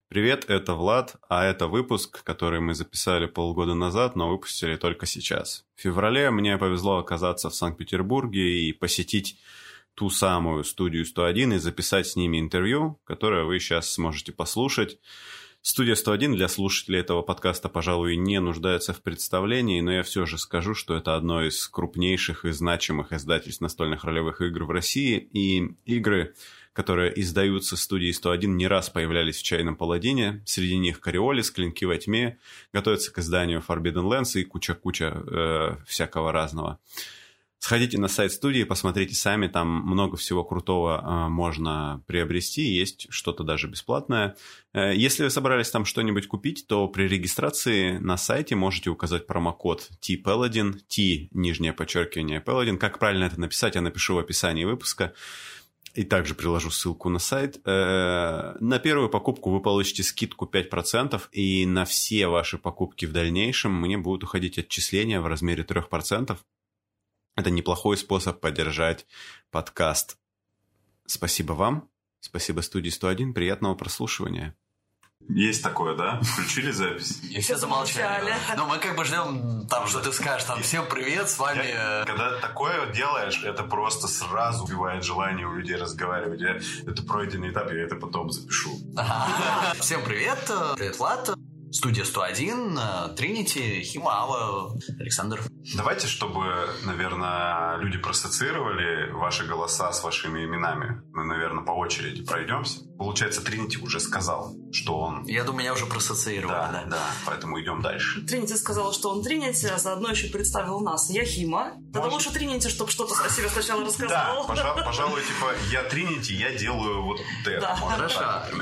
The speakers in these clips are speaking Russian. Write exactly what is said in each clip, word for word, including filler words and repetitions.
Привет, это Влад, а это выпуск, который мы записали полгода назад, но выпустили только сейчас. В феврале мне повезло оказаться в Санкт-Петербурге и посетить ту самую студию сто один и записать с ними интервью, которое вы сейчас сможете послушать. Студия сто один для слушателей этого подкаста, пожалуй, не нуждается в представлении, но я все же скажу, что это одно из крупнейших и значимых издательств настольных ролевых игр в России, и игры, которые издаются студией сто один, не раз появлялись в «Чайном паладине». Среди них «Кориолис», «Клинки во тьме», готовятся к изданию Forbidden Lands и куча-куча э, всякого разного. Сходите на сайт студии, посмотрите сами, там много всего крутого э, можно приобрести, есть что-то даже бесплатное. Э, если вы собрались там что-нибудь купить, то при регистрации на сайте можете указать промокод ти паладин, T, нижнее подчеркивание, Paladin. Как правильно это написать, я напишу в описании выпуска. И также приложу ссылку на сайт. Э, на первую покупку вы получите скидку пять процентов, и на все ваши покупки в дальнейшем мне будут уходить отчисления в размере три процента. Это неплохой способ поддержать подкаст. Спасибо вам. Спасибо студии сто один. Приятного прослушивания. Есть такое, да? Включили запись? И все замолчали. Ну, мы как бы ждем там, что ты скажешь. Там, всем привет, с вами... Я, когда такое делаешь, это просто сразу убивает желание у людей разговаривать. Я, это пройденный этап, я это потом запишу. Всем привет. Привет, Влад. Студия сто один, Тринити, Химава, Александр. Давайте, чтобы, наверное, люди проассоциировали ваши голоса с вашими именами. Мы, наверное, по очереди пройдемся. Получается, Тринити уже сказал, что он... Я думаю, меня уже проассоциировали. Да, да, да, поэтому идем дальше. Тринити сказал, что он Тринити, а заодно еще представил нас. Я Хима. Тогда лучше Тринити, чтобы что-то о себе сначала рассказал. Да, пожалуй, пожалуй, типа, я Тринити, я делаю вот это. Да. Хорошо, так,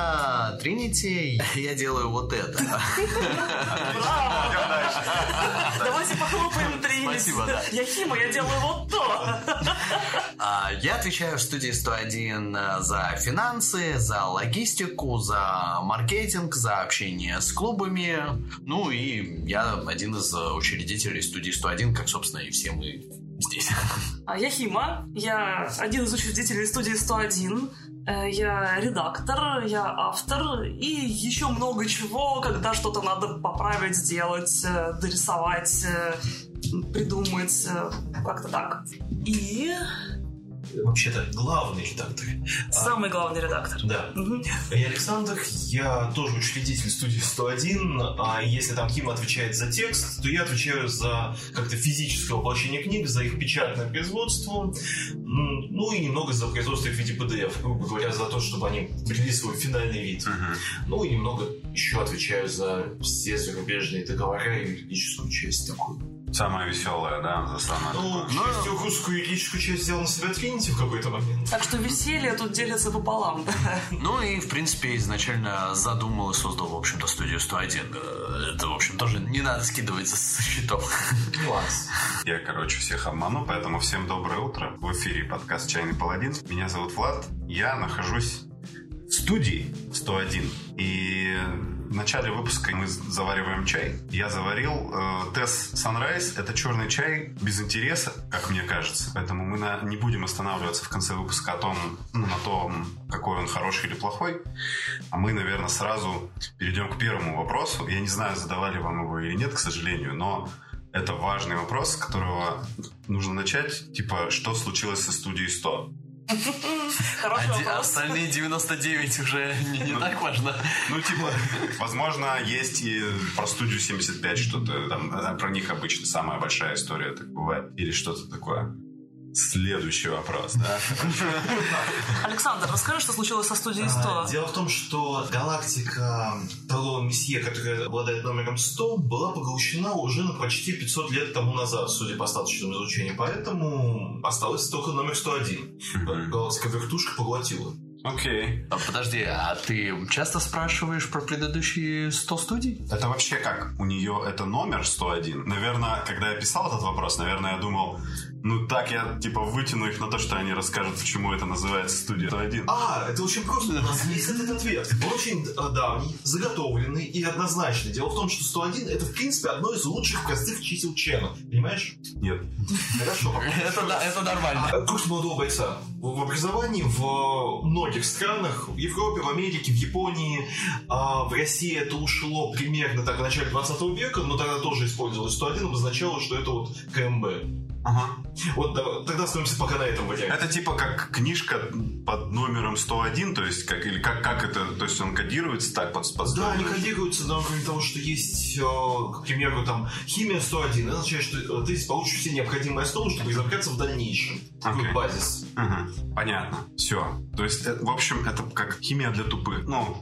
я Тринити, я делаю вот это. Браво! Давайте похлопаем Тринити. Спасибо, да. Я Хима, я делаю вот то. Я отвечаю в студии сто один за финансы, за логистику, за маркетинг, за общение с клубами. Ну и я один из учредителей студии сто один, как, собственно, и все мы здесь. А я Хима, я один из учредителей студии сто один. Я редактор, я автор и еще много чего, когда что-то надо поправить, сделать, дорисовать, придумать, как-то так. И... Вообще-то главный редактор. Самый главный редактор. Да. Угу. Я Александр, я тоже учредитель студии сто один, а если там Хима отвечает за текст, то я отвечаю за как-то физическое воплощение книг, за их печатное производство, ну и немного за производство их в виде пи ди эф, грубо говоря, за то, чтобы они привели свой финальный вид. Uh-huh. Ну и немного еще отвечаю за все зарубежные договора и юридическую часть такую. Самая веселая, да, за самое. Ну, к счастью, русскую юридическую часть сделал на себя Тринити в какой-то момент. Так что веселье тут делится пополам. Ну и, в принципе, изначально задумал и создал, в общем-то, студию сто один. Это, в общем, тоже не надо скидывать со счетов. Класс. Я, короче, всех обману, поэтому всем доброе утро. В эфире подкаст «Чайный паладин». Меня зовут Влад. Я нахожусь в студии сто один. И... В начале выпуска мы завариваем чай. Я заварил э, Tess Sunrise. Это черный чай без интереса, как мне кажется. Поэтому мы на, не будем останавливаться в конце выпуска о том, ну, на том, какой он хороший или плохой. А мы, наверное, сразу перейдем к первому вопросу. Я не знаю, задавали вам его или нет, к сожалению, но это важный вопрос, с которого нужно начать. Типа, что случилось со студией сто? А остальные девяносто девять уже не, не ну, так важно. Ну, типа, возможно, есть и про студию семьдесят пять что-то. Там, про них обычно самая большая история так бывает. Или что-то такое. Следующий вопрос, да? Александр, расскажи, что случилось со студией сто. Дело в том, что галактика второго месье, которая обладает номером сто, была поглощена уже на почти пятьсот лет тому назад, судя по остаточному изучению. Поэтому осталось только номер сто один. Mm-hmm. Галактика вертушка поглотила. Окей. Okay. Подожди, а ты часто спрашиваешь про предыдущие сто студий? Это вообще как? У нее это номер сто один? Наверное, когда я писал этот вопрос, наверное, я думал, Ну так я типа вытяну их на то, что они расскажут, почему это называется студия сто один. А, это очень просто. У нас есть этот ответ. Он очень давний, заготовленный и однозначный. Дело в том, что сто один это в принципе одно из лучших простых чисел чена. Понимаешь? Нет. Хорошо. Это нормально. Курс молодого бойца. В образовании в многих странах, в Европе, в Америке, в Японии, в России это ушло примерно так в начале двадцатого века, но тогда тоже использовалось сто один, обозначало, что это вот КМБ. Ага. Вот да, тогда остановимся пока на этом варианте. Это типа как книжка под номером сто один, то есть как или как, как это, то есть он кодируется так под, под Да, они кодируются, но кроме того, что есть, к примеру, там химия сто один, это означает, что ты получишь все необходимые основы, чтобы изобретаться в дальнейшем. Такой okay. базис. Угу. Понятно. Все. То есть, в общем, это как химия для тупых. Ну.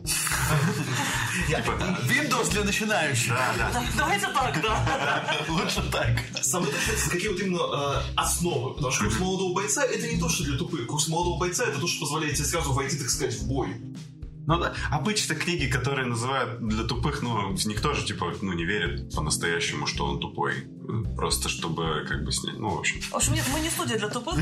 Windows для начинающих. Да, да. Давайте так, да. Лучше так. Самое точное, какие вот именно основы. Потому что курс молодого бойца это не то, что для тупых. Курс молодого бойца это то, что позволяет тебе сразу войти, так сказать, в бой. Ну да, обычно книги, которые называют для тупых, ну, в них тоже, типа, ну, не верят по-настоящему, что он тупой. Просто чтобы, как бы, снять. Ну, в общем. В общем, нет, мы не студия для тупых.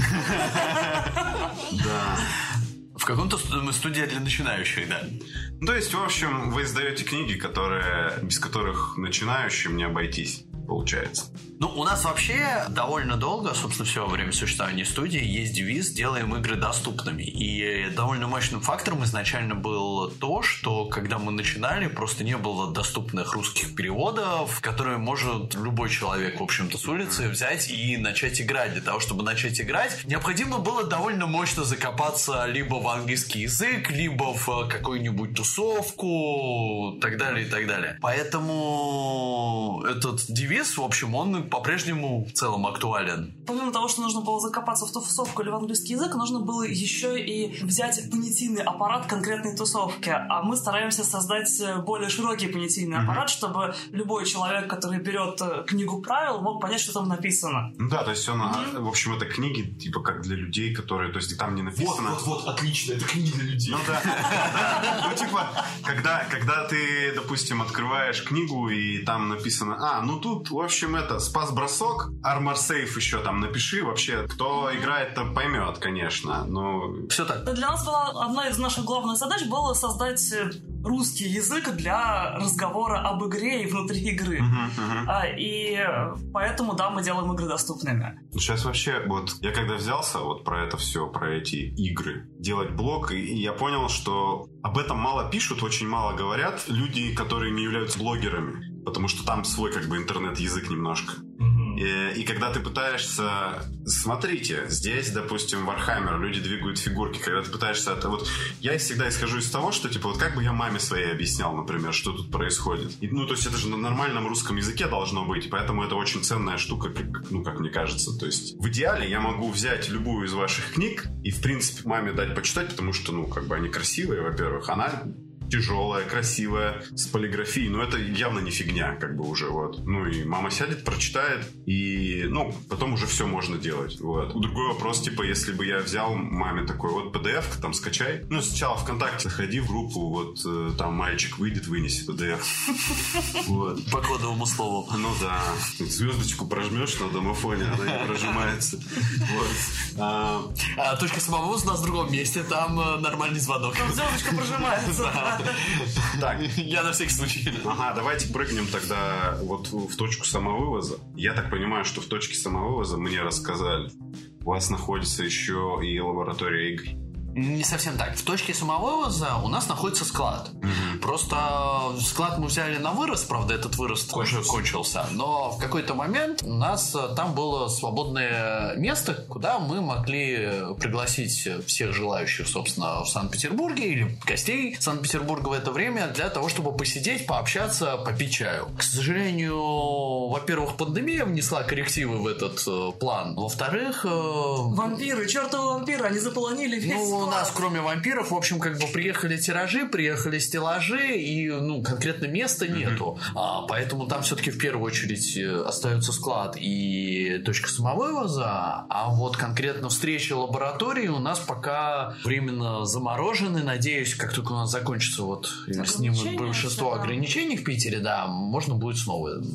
Да. В каком-то мы студия для начинающих, да. Ну, то есть, в общем, вы издаете книги, которые, без которых начинающим не обойтись, получается. Ну, у нас вообще довольно долго, собственно, все время существования студии есть девиз «Делаем игры доступными». И довольно мощным фактором изначально было то, что когда мы начинали, просто не было доступных русских переводов, которые может любой человек, в общем-то, с улицы взять и начать играть. Для того, чтобы начать играть, необходимо было довольно мощно закопаться либо в английский язык, либо в какую-нибудь тусовку, так далее, и так далее. Поэтому этот девиз, в общем, он по-прежнему в целом актуален. Помимо того, что нужно было закопаться в тусовку или в английский язык, нужно было еще и взять понятийный аппарат конкретной тусовки. А мы стараемся создать более широкий понятийный mm-hmm. аппарат, чтобы любой человек, который берет книгу правил, мог понять, что там написано. Ну да, то есть он, mm-hmm. в общем, это книги, типа, как для людей, которые, то есть там не написано... Вот, вот, вот, отлично, это книги для людей. Ну да, ну типа, когда ты, допустим, открываешь книгу и там написано, а, ну тут, в общем, это, спас-бросок, Armor Safe еще там напиши, вообще, кто играет, то поймет, конечно, но... Все так. Для нас была одна из наших главных задач было создать русский язык для разговора об игре и внутри игры. Uh-huh, uh-huh. А, и поэтому, да, мы делаем игры доступными. Сейчас вообще, вот, я когда взялся вот про это все, про эти игры, делать блог, и, и я понял, что об этом мало пишут, очень мало говорят люди, которые не являются блогерами. Потому что там свой, как бы, интернет-язык немножко. Mm-hmm. И, и когда ты пытаешься... Смотрите, здесь, допустим, Warhammer, люди двигают фигурки. Когда ты пытаешься... Это вот я всегда исхожу из того, что, типа, вот как бы я маме своей объяснял, например, что тут происходит. И, ну, то есть это же на нормальном русском языке должно быть. И поэтому это очень ценная штука, как, ну, как мне кажется. То есть в идеале я могу взять любую из ваших книг и, в принципе, маме дать почитать, потому что, ну, как бы они красивые, во-первых. Она... тяжелая, красивая, с полиграфией, но это явно не фигня, как бы уже, вот. Ну и мама сядет, прочитает, и, ну, потом уже все можно делать, вот. Другой вопрос, типа, если бы я взял маме такой, вот, пи ди эф, там, скачай, ну, сначала ВКонтакте заходи в группу, вот, там мальчик выйдет, вынеси пи ди эф, вот. По кодовому слову. Ну да, звездочку прожмешь на домофоне, она не прожимается, вот. А точка самого у нас в другом месте, там нормальный звонок. Там звездочка прожимается. Так, я на всякий случай. Ага, давайте прыгнем тогда вот в точку самовывоза. Я так понимаю, что в точке самовывоза мне рассказали, у вас находится еще и лаборатория игр. Не совсем так. В точке самовывоза у нас находится склад. Mm-hmm. Просто склад мы взяли на вырост, правда, этот вырост кончился. уже кончился. Но в какой-то момент у нас там было свободное место, куда мы могли пригласить всех желающих, собственно, в Санкт-Петербурге или гостей Санкт-Петербурга в это время для того, чтобы посидеть, пообщаться, попить чаю. К сожалению, во-первых, пандемия внесла коррективы в этот э, план. Во-вторых... Э... Вампиры, чертовы вампиры, они заполонили весь ну, у нас, кроме вампиров, в общем, как бы приехали тиражи, приехали стеллажи, и, ну, конкретно места нету. Mm-hmm. А, поэтому там все-таки в первую очередь остается склад и точка самовывоза. А вот конкретно встречи лаборатории у нас пока временно заморожены. Надеюсь, как только у нас закончится вот с ним большинство ограничений в Питере, да, можно будет снова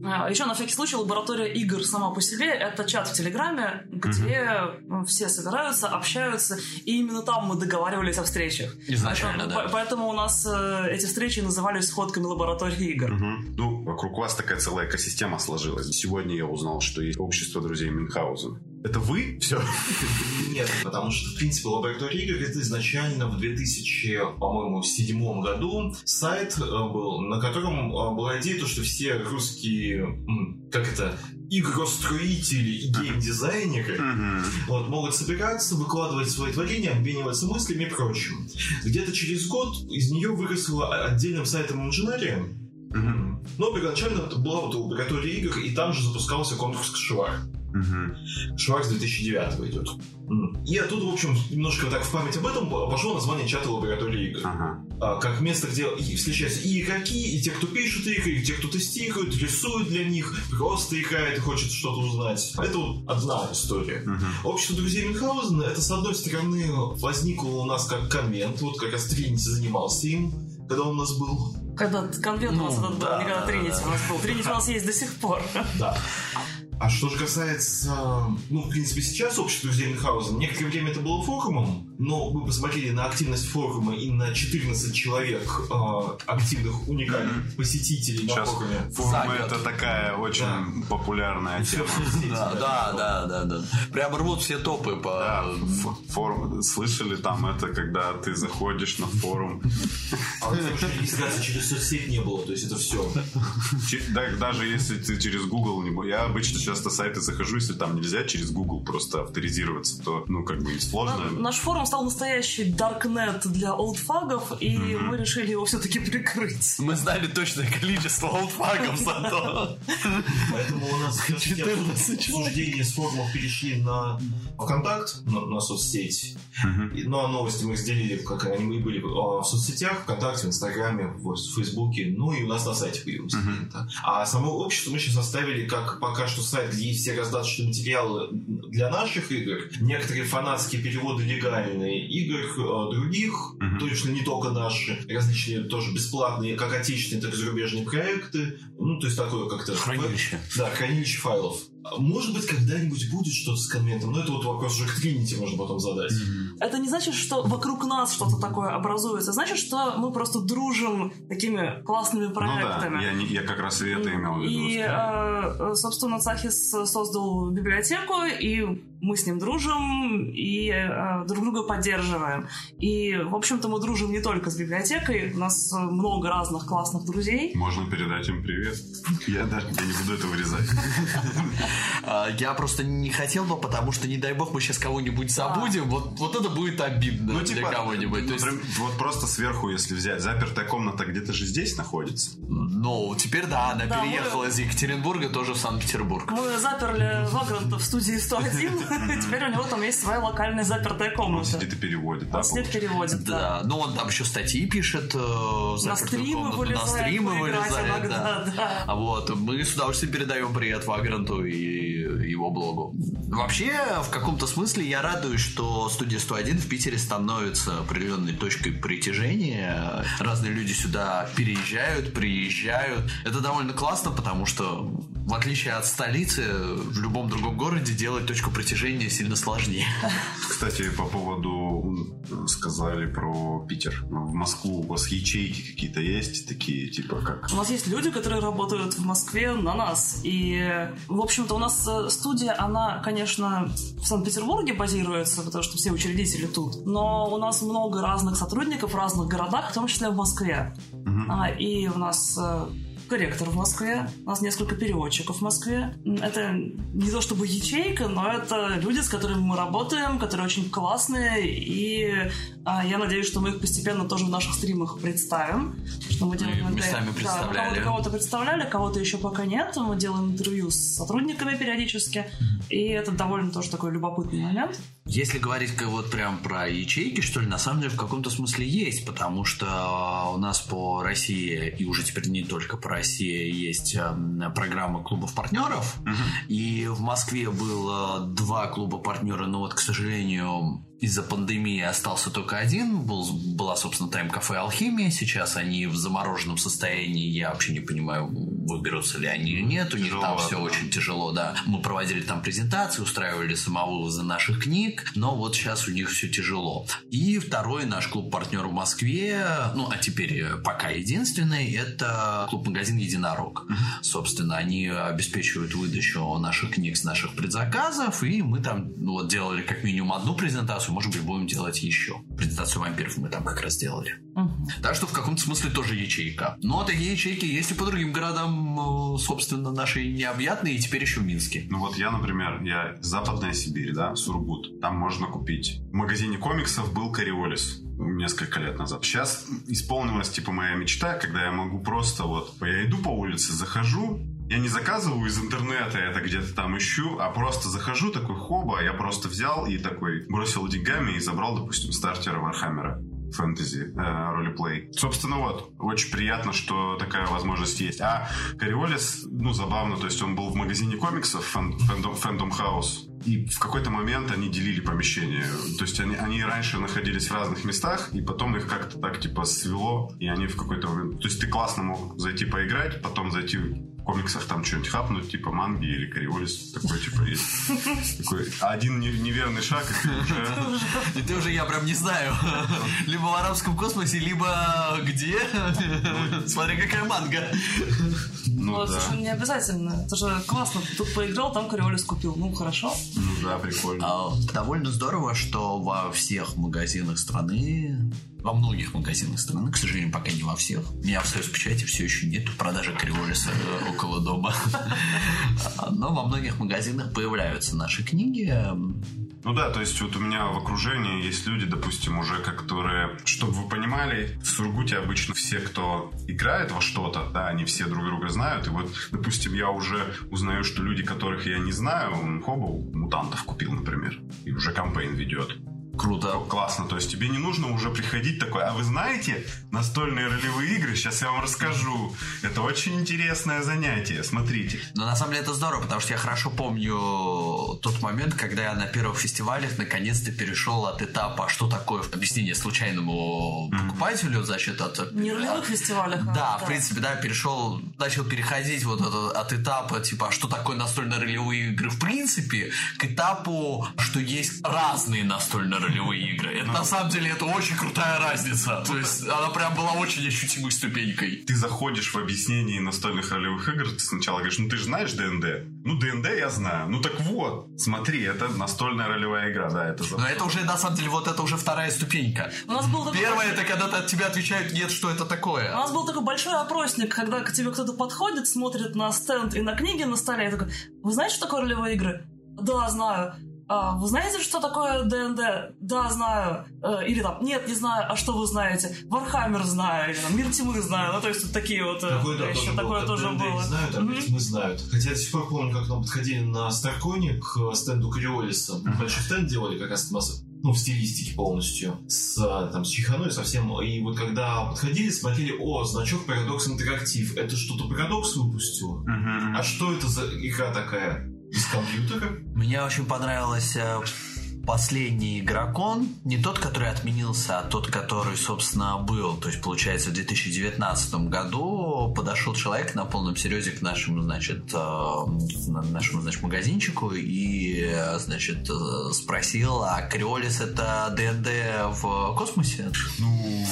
Еще на всякий случай лаборатория игр сама по себе — это чат в Телеграме, где mm-hmm. все собираются, общаются, и именно там мы договаривались о встречах. Изначально, поэтому, да. Поэтому у нас э, эти встречи назывались сходками лаборатории игр. Mm-hmm. Ну, вокруг вас такая целая экосистема сложилась. Сегодня я узнал, что есть общество друзей Мюнхгаузена. Это вы? Все? Нет, потому что, в принципе, лаборатория игр — это изначально в две тысячи, по-моему, седьмом году сайт был, на котором была идея, то, что все русские, как это, игростроители и геймдизайнеры uh-huh. вот, могут собираться, выкладывать свои творения, обмениваться мыслями и прочим. Где-то через год из нее выросло отдельным сайтом инженерия. Uh-huh. Но первоначально это была вот лаборатория игр, и там же запускался конкурс Кашевар. Uh-huh. Шварц две тысячи девятого идет. И оттуда, в общем, немножко так в память об этом пошло название чата лаборатории игр. Uh-huh. Как место, где встречаются и игроки, и те, кто пишут игры, и те, кто тестирует, рисует для них, просто играет и хочет что-то узнать. Это вот одна история. Uh-huh. Общество друзей Мюнхгаузена, это, с одной стороны, возникло у нас как конвент, вот как раз Тринити занимался им, когда он у нас был. Когда конвент ну, у нас этот да, был, не когда да, Тринити да. у нас был. Тринити у нас есть до сих пор. Да. А что же касается, ну, в принципе, сейчас общество друзей Мюнхгаузена, некоторое время это было форумом, но мы посмотрели на активность форума и на четырнадцать человек э, активных, уникальных mm-hmm. посетителей сейчас на форуме. Форумы — это такая очень да. популярная тема. Да, да, да, да, да. Прям рвут все топы по... Да, форум. Слышали там это, когда ты заходишь на форум? А регистрации через соцсеть не было, то есть это все. Даже если ты через Google не будешь. Я обычно часто сайты захожу, если там нельзя через Google просто авторизироваться, то, ну, как бы сложно. На, наш форум стал настоящий даркнет для олдфагов, и mm-hmm. мы решили его все-таки прикрыть. Мы знали точное количество олдфагов зато. Поэтому у нас обсуждения с форумов перешли на ВКонтакт, на соцсеть. Ну, а новости мы разделили, как они были в соцсетях, ВКонтакте, в Инстаграме, в Фейсбуке, ну и у нас на сайте появилось. А само общество мы сейчас оставили как пока что сайт, где есть все раздаточные материалы для наших игр, некоторые фанатские переводы легальные игр э, других, uh-huh. точно не только наши, различные тоже бесплатные, как отечественные, так и зарубежные проекты, ну, то есть такое как-то... Хранилище. Да, хранилище файлов. Может быть, когда-нибудь будет что-то с конвентом, но это вот вопрос уже к Тринити можно потом задать. Mm-hmm. Это не значит, что вокруг нас что-то такое образуется. Значит, что мы просто дружим такими классными проектами. Ну да, я, не, я как раз и это имел в виду. И, э, собственно, Цахис создал библиотеку, и мы с ним дружим, и э, друг друга поддерживаем. И, в общем-то, мы дружим не только с библиотекой, у нас много разных классных друзей. Можно передать им привет. Я даже я не буду это вырезать. Я просто не хотел бы, потому что, не дай бог, мы сейчас кого-нибудь забудем. Вот, вот это будет обидно ну, для типа, кого-нибудь. Ну, есть... Вот просто сверху, если взять, запертая комната где-то же здесь находится. Ну, теперь да, она да, переехала мы... из Екатеринбурга тоже в Санкт-Петербург. Мы заперли Вагранта в студии сто один. Теперь у него там есть своя локальная запертая комната. Он сидит и переводит. Он сидит и переводит, да. Ну, он там еще статьи пишет. На стримы вылезает. На стримы вылезает, да. Вот, мы с удовольствием передаем привет Вагранту и его блогу. Вообще, в каком-то смысле я радуюсь, что студия сто один в Питере становится определенной точкой притяжения. Разные люди сюда переезжают, приезжают. Это довольно классно, потому что, в отличие от столицы, в любом другом городе делать точку притяжения сильно сложнее. Кстати, по поводу сказали про Питер. В Москву у вас ячейки какие-то есть? Такие, типа как? У нас есть люди, которые работают в Москве на нас. И, в общем-то, у нас студия, она, конечно, в Санкт-Петербурге базируется, потому что все учредители тут. Но у нас много разных сотрудников в разных городах, в том числе в Москве. Uh-huh. А, и у нас... корректор в Москве, у нас несколько переводчиков в Москве. Это не то чтобы ячейка, но это люди, с которыми мы работаем, которые очень классные, и а, я надеюсь, что мы их постепенно тоже в наших стримах представим. Что мы делаем мы местами представляли. Да, кого-то, кого-то представляли, кого-то еще пока нет. Мы делаем интервью с сотрудниками периодически, и это довольно тоже такой любопытный момент. Если говорить вот прям про ячейки, что ли, на самом деле в каком-то смысле есть, потому что у нас по России, и уже теперь не только по России, есть программа клубов-партнеров, uh-huh. и в Москве было два клуба-партнера, но вот, к сожалению, из-за пандемии остался только один. Был, была, собственно, Тайм-кафе «Алхимия». Сейчас они в замороженном состоянии. Я вообще не понимаю, выберутся ли они или нет. У них там все очень тяжело, да. Мы проводили там презентации, устраивали самовывозы наших книг, но вот сейчас у них все тяжело. И второй наш клуб-партнер в Москве, ну, а теперь пока единственный, это клуб-магазин «Единорог». Mm-hmm. Собственно, они обеспечивают выдачу наших книг с наших предзаказов, и мы там ну, вот делали как минимум одну презентацию, может быть, будем делать еще. Презентацию вампиров мы там как раз делали. Mm-hmm. Так что в каком-то смысле тоже ячейка. Но такие ячейки есть и по другим городам, собственно, наши необъятные, и теперь еще в Минске. Ну вот я, например, я Западная Сибирь, да, Сургут. Там можно купить. В магазине комиксов был Кориолис несколько лет назад. Сейчас исполнилась типа моя мечта, когда я могу просто вот, я иду по улице, захожу, я не заказываю из интернета, это где-то там ищу, а просто захожу, такой хоба, я просто взял и такой бросил деньгами и забрал, допустим, стартера Вархаммера. Фэнтези, э, ролеплей. Собственно, вот, очень приятно, что такая возможность есть. А Кориолис, ну, забавно, то есть он был в магазине комиксов Fandom House, и в какой-то момент они делили помещение. То есть они, они раньше находились в разных местах, и потом их как-то так, типа, свело, и они в какой-то момент... То есть ты классно мог зайти поиграть, потом зайти в комиксах там что-нибудь хапнуть, типа манги или Кориолис, такой, типа, есть. Такой один неверный шаг, и ты уже... И ты уже, я прям не знаю, либо в арабском космосе, либо где? Смотри, какая манга. Ну, ну да. Совершенно не обязательно. Это же классно. Ты тут поиграл, там Кориолис купил. Ну, хорошо. Ну да, прикольно. А, довольно здорово, что во всех магазинах страны, во многих магазинах страны, к сожалению, пока не во всех. У меня в Союзпечати все еще нет продажи Кориолиса около дома. Но во многих магазинах появляются наши книги. Ну да, то есть вот у меня в окружении есть люди, допустим, уже которые, чтобы вы понимали, в Сургуте обычно все, кто играет во что-то, да, они все друг друга знают. И вот, допустим, я уже узнаю, что люди, которых я не знаю, он Хоббл мутантов купил, например, и уже кампейн ведет. Круто. Классно. То есть тебе не нужно уже приходить такой, а вы знаете настольные ролевые игры? Сейчас я вам расскажу. Это очень интересное занятие. Смотрите. Но на самом деле это здорово, потому что я хорошо помню тот момент, когда я на первых фестивалях наконец-то перешел от этапа, что такое объяснение случайному mm-hmm. покупателю, значит, от... Не ролевых фестивалях. Да, да, в принципе, да, перешел, начал переходить вот от, от этапа, типа, что такое настольно-ролевые игры в принципе, к этапу, что есть разные настольно ролевые игры. Это, ну, на самом деле, это очень крутая разница. То есть, она прям была очень ощутимой ступенькой. Ты заходишь в объяснение настольных ролевых игр, ты сначала говоришь, ну ты же знаешь ди энд ди? Ну, ди энд ди я знаю. Ну так вот, смотри, это настольная ролевая игра, да, это... Но это уже, на самом деле, вот это уже вторая ступенька. У нас был такой... Первое, это когда от тебя отвечают, нет, что это такое. У нас был такой большой опросник, когда к тебе кто-то подходит, смотрит на стенд и на книги на столе, и такой, вы знаете, что такое ролевые игры? Да, знаю. А, вы знаете, что такое ди энд ди? Да, знаю. Э, или там, нет, не знаю. А что вы знаете? Вархаммер знаю. Или там, Мир Тьмы знаю. Ну, то есть, вот такие вот такое, да, вещи. Тоже такое тоже было. ди энд ди не знают, а Мир Тьмы знают. Хотя я до сих пор помню, как нам подходили на Старконе к стенду Кориолиса. Mm-hmm. Большой стенд делали, как раз ну, в стилистике полностью. С, там, с чеханой совсем. И вот когда подходили, смотрели, о, значок Парадокс Интерактив. Это что-то Парадокс выпустил? Mm-hmm. А что это за игра такая? Из компьютера? Мне очень понравилось последний Игрокон. Не тот, который отменился, а тот, который, собственно, был. То есть, получается, в две тысячи девятнадцатом году подошел человек на полном серьезе к нашему, значит, нашему, значит, магазинчику и, значит, спросил, а Кориолис это ди энд ди в космосе? Ну...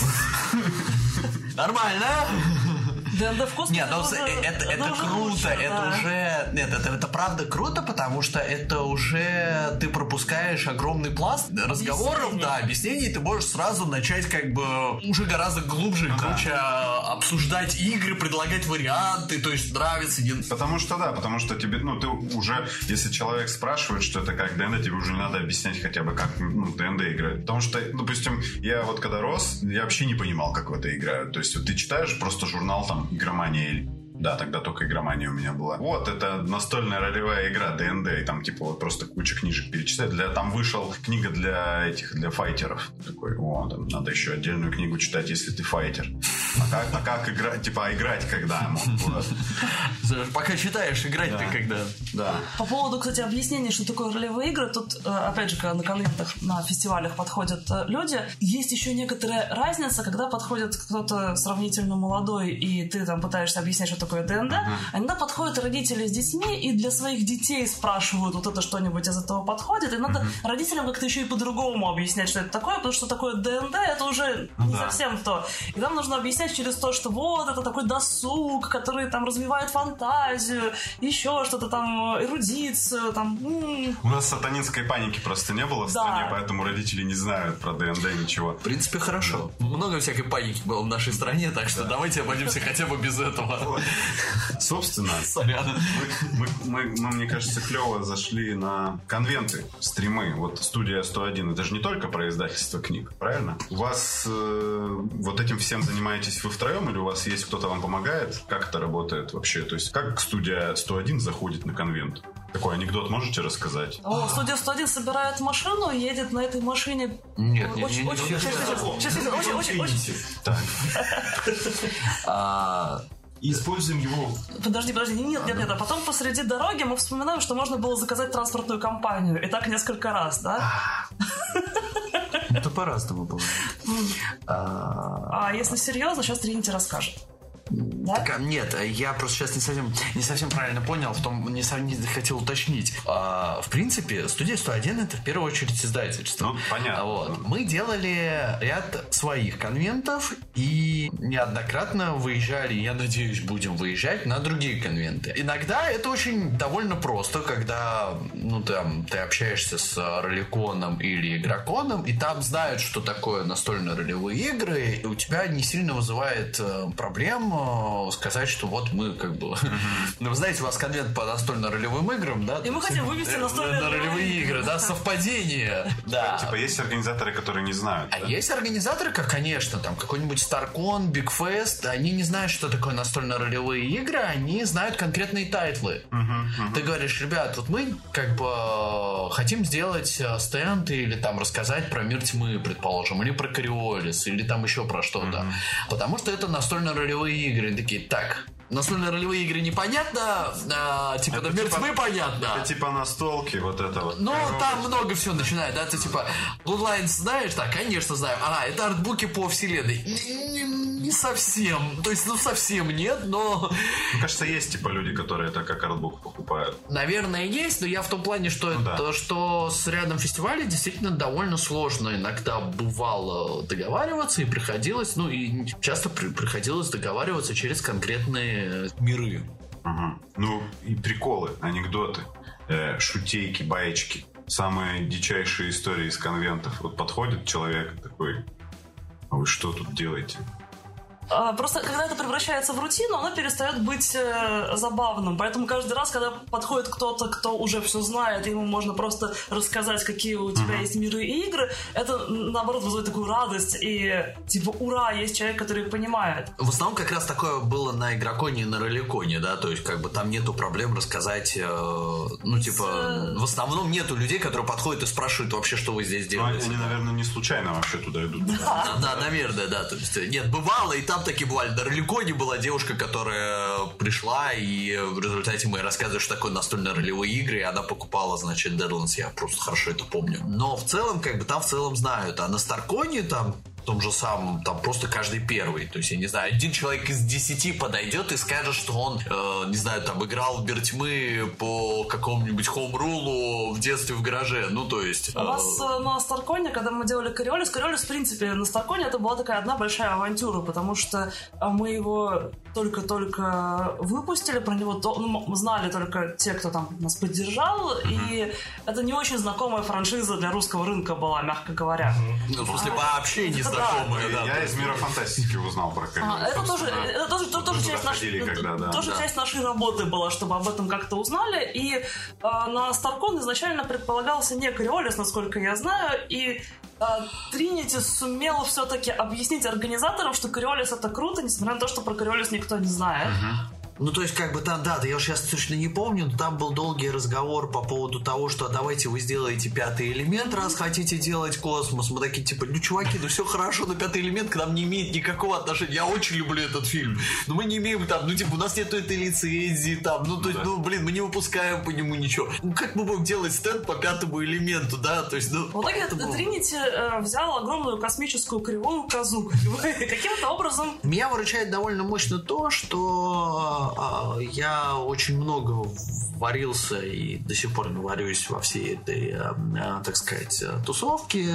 Нормально? ди энд ди в космосе. Нет, это, уже, это, это, это круто, лучше, это да. уже... Нет, это, это правда круто, потому что это уже ты пропускаешь огромный пласт разговоров, объяснений. да, объяснений, и ты можешь сразу начать как бы уже гораздо глубже, ну, круче да. обсуждать игры, предлагать варианты, то есть нравится. Не... Потому что да, потому что тебе, ну, ты уже, если человек спрашивает, что это как ди энд ди, тебе уже не надо объяснять хотя бы, как ну, ди энд ди играет. Потому что, допустим, я вот когда рос, я вообще не понимал, как в это играют. То есть вот ты читаешь просто журнал там Игромания, да, тогда только Игромания у меня была. Вот, это настольная ролевая игра ди энд ди, и там типа вот просто куча книжек перечитать. Для, там вышел книга для этих, для файтеров. Такой, о, там надо еще отдельную книгу читать, если ты файтер. А как, а как играть, типа, а играть когда? Пока читаешь, играть ты когда? Да. По поводу, кстати, объяснения, что такое ролевые игры, тут, опять же, когда на конвентах, на фестивалях подходят люди, есть еще некоторая разница, когда подходит кто-то сравнительно молодой, и ты там пытаешься объяснять, что такое ДНД, uh-huh. а иногда подходят родители с детьми, и для своих детей спрашивают, вот это что-нибудь из этого подходит, и надо uh-huh. родителям как-то еще и по-другому объяснять, что это такое, потому что такое ДНД, это уже uh-huh. не совсем то. И нам нужно объяснять через то, что вот, это такой досуг, который там развивает фантазию, еще что-то там, эрудицию, там... М-м. У нас сатанинской паники просто не было в стране, да. поэтому родители не знают про ДНД ничего. В принципе, хорошо. Много всякой паники было в нашей стране, так что да. давайте обойдемся хотя бы без этого. Собственно, мы, мы, мы, мне кажется, клево зашли на конвенты, стримы. Вот студия сто один, это же не только про издательство книг, правильно? У вас э, вот этим всем занимаетесь вы втроем, или у вас есть кто-то вам помогает? Как это работает вообще? То есть как студия сто один заходит на конвент? Такой анекдот можете рассказать? О, студия сто один собирает машину, едет на этой машине... Нет, нет, очень, нет, очень, нет, сейчас, сейчас, очень, очень, очень... Так. И используем его... Подожди, подожди, нет, нет, нет, а потом посреди дороги мы вспоминаем, что можно было заказать транспортную компанию, и так несколько раз, да? Это по-разному было. А если серьезно, сейчас Тринити расскажет. Да? Так, нет, я просто сейчас не совсем, не совсем правильно понял, в том не, не хотел уточнить. А, в принципе, студия сто один это в первую очередь издательство. Ну, понятно. Вот. Мы делали ряд своих конвентов и неоднократно выезжали, я надеюсь, будем выезжать на другие конвенты. Иногда это очень довольно просто, когда ну, там, ты общаешься с роликоном или игроконом, и там знают, что такое настольно-ролевые игры, и у тебя не сильно вызывает проблем сказать, что вот мы как бы... Uh-huh. Ну, вы знаете, у вас конвент по настольно-ролевым играм, да? И мы хотим вывести настольно-ролевые игры, да, совпадение. Да. Типа есть организаторы, которые не знают. А есть организаторы, как, конечно, там какой-нибудь StarCon, Big Fest, они не знают, что такое настольно-ролевые игры, они знают конкретные тайтлы. Ты говоришь, ребят, вот мы как бы хотим сделать стенд или там рассказать про Мир Тьмы, предположим, или про Кориолис, или там еще про что-то. Потому что это настольно-ролевые игры. И такие, так, настольно-ролевые игры непонятно, а, типа, это Мир Тьмы понятно. Это типа настолки, вот это вот. Ну, там много всего начинает, да, ты типа, Bloodlines знаешь? Да, конечно знаю. Ага, это артбуки по вселенной. Не, не совсем. То есть, ну, совсем нет, но... Мне кажется, есть типа люди, которые это как артбук покупают. Наверное, есть, но я в том плане, что, ну, да. то, что с рядом фестивалей действительно довольно сложно иногда бывало договариваться, и приходилось, ну, и часто при, приходилось договариваться через конкретные миры. Ага. Ну, и приколы, анекдоты, э, шутейки, баечки. Самые дичайшие истории из конвентов. Вот подходит человек такой, а вы что тут делаете? Просто когда это превращается в рутину, оно перестает быть э, забавным. Поэтому каждый раз, когда подходит кто-то, кто уже все знает, ему можно просто рассказать, какие у тебя uh-huh. есть миры и игры, это, наоборот, вызывает такую радость. И типа, ура, есть человек, который понимает. В основном как раз такое было на игроконе и на роликоне, да? То есть как бы там нету проблем рассказать, э, ну типа, С... в основном нету людей, которые подходят и спрашивают вообще, что вы здесь делаете. Ну, они, наверное, не случайно вообще туда идут. Да, да, наверное, да. То есть, нет, бывало, и там такие бывали. На роликоне была девушка, которая пришла, и в результате мы рассказывали, что такое настольно-ролевые игры, и она покупала, значит, Deadlands. Я просто хорошо это помню. Но в целом, как бы, там в целом знают. А на Старконе там в том же самом, там просто каждый первый. То есть, я не знаю, один человек из десяти подойдет и скажет, что он, э, не знаю, там, играл в Мир Тьмы по какому-нибудь хоум-рулу в детстве в гараже. Ну, то есть... Э... У нас э, на Старконе, когда мы делали Кориолис, Кориолис, в принципе, на Старконе это была такая одна большая авантюра, потому что мы его только-только выпустили, про него то, ну, знали только те, кто там нас поддержал, mm-hmm. и это не очень знакомая франшиза для русского рынка была, мягко говоря. Mm-hmm. Ну, после вообще не знакомые, да. Я из Мира Фантастики узнал про Кориолис. А, это тоже, это тоже, тоже, тоже, часть, нашей, когда, да, тоже да. часть нашей работы была, чтобы об этом как-то узнали, и э, на Старкон изначально предполагался не Кориолис, насколько я знаю, и Тринити сумела все-таки объяснить организаторам, что Кориолис это круто, несмотря на то, что про Кориолис никто не знает. Uh-huh. Ну, то есть, как бы там, да, я уж сейчас точно не помню, но там был долгий разговор по поводу того, что давайте вы сделаете пятый элемент, раз хотите делать космос. Мы такие, типа, ну, чуваки, ну все хорошо, но пятый элемент к нам не имеет никакого отношения. Я очень люблю этот фильм. Но мы не имеем там, ну, типа, у нас нету этой лицензии, там, ну, то есть, ну, блин, мы не выпускаем по нему ничего. Ну, как мы будем делать стенд по пятому элементу, да, то есть, ну... В итоге Тринити э, взял огромную космическую кривую козу. Каким-то образом... Меня выручает довольно мощно то, что э, я очень много варился и до сих пор варюсь во всей этой, э, так сказать, тусовке.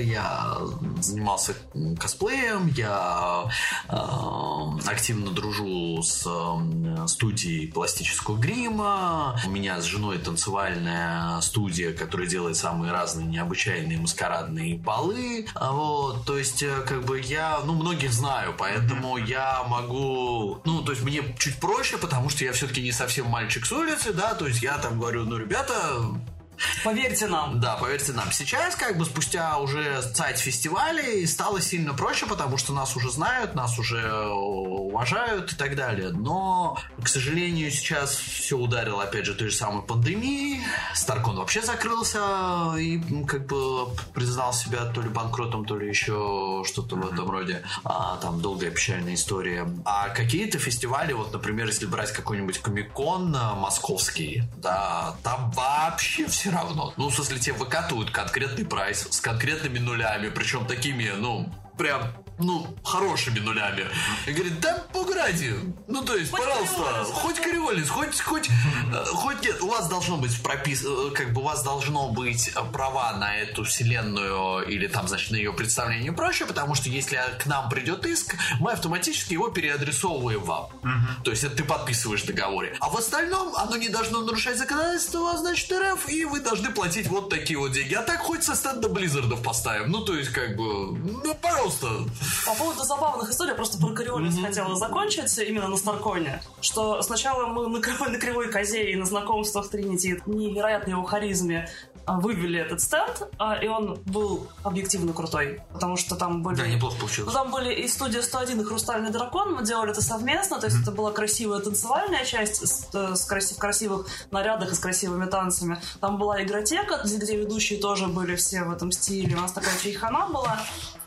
Я занимался косплеем, я э, активно дружу с э, студией пластического грима. У меня с женой танцевальная студия, которая делает самые разные необычайные маскарадные балы. Вот, то есть, как бы я, ну, многих знаю, поэтому mm-hmm. я могу, ну, то есть мне чуть проще, потому что я все-таки не совсем мальчик с улицы, да, то есть я там говорю, ну, ребята... Поверьте нам. Да, поверьте нам. Сейчас, как бы, спустя уже цать фестивалей стало сильно проще, потому что нас уже знают, нас уже уважают и так далее. Но, к сожалению, сейчас все ударило, опять же, той же самой пандемией. Старкон вообще закрылся и, как бы, признал себя то ли банкротом, то ли еще что-то в этом роде. А, там долгая печальная история. А какие-то фестивали, вот, например, если брать какой-нибудь комик-кон московский, да, там вообще все равно. Ну, в смысле, тебе выкатывают конкретный прайс с конкретными нулями, причем такими, ну, прям, ну, хорошими нулями. И говорит, да, погради. Ну, то есть, хоть пожалуйста, Кориолис, хоть Кориолис, хоть, хоть, хоть нет. У вас должно быть пропис... как бы у вас должно быть права на эту вселенную или там, значит, на ее представление проще, потому что если к нам придет иск, мы автоматически его переадресовываем вам. Угу. То есть, это ты подписываешь в договоре. А в остальном оно не должно нарушать законодательство, значит, РФ, и вы должны платить вот такие вот деньги. А так хоть со стенда Близзардов поставим. Ну, то есть, как бы, ну, пожалуйста. По поводу забавных историй, я просто про Кориолис mm-hmm. хотела закончить именно на Старконе. Что сначала мы на кривой, на кривой козе и на знакомствах Тринити, невероятной его харизме, вывели этот стенд, и он был объективно крутой, потому что там были... Да, неплохо получилось. Там были и студия сто один, и Хрустальный дракон, мы делали это совместно, то есть mm-hmm. это была красивая танцевальная часть с, с краси, в красивых нарядах и с красивыми танцами. Там была игротека, где ведущие тоже были все в этом стиле, у нас такая чайхана была.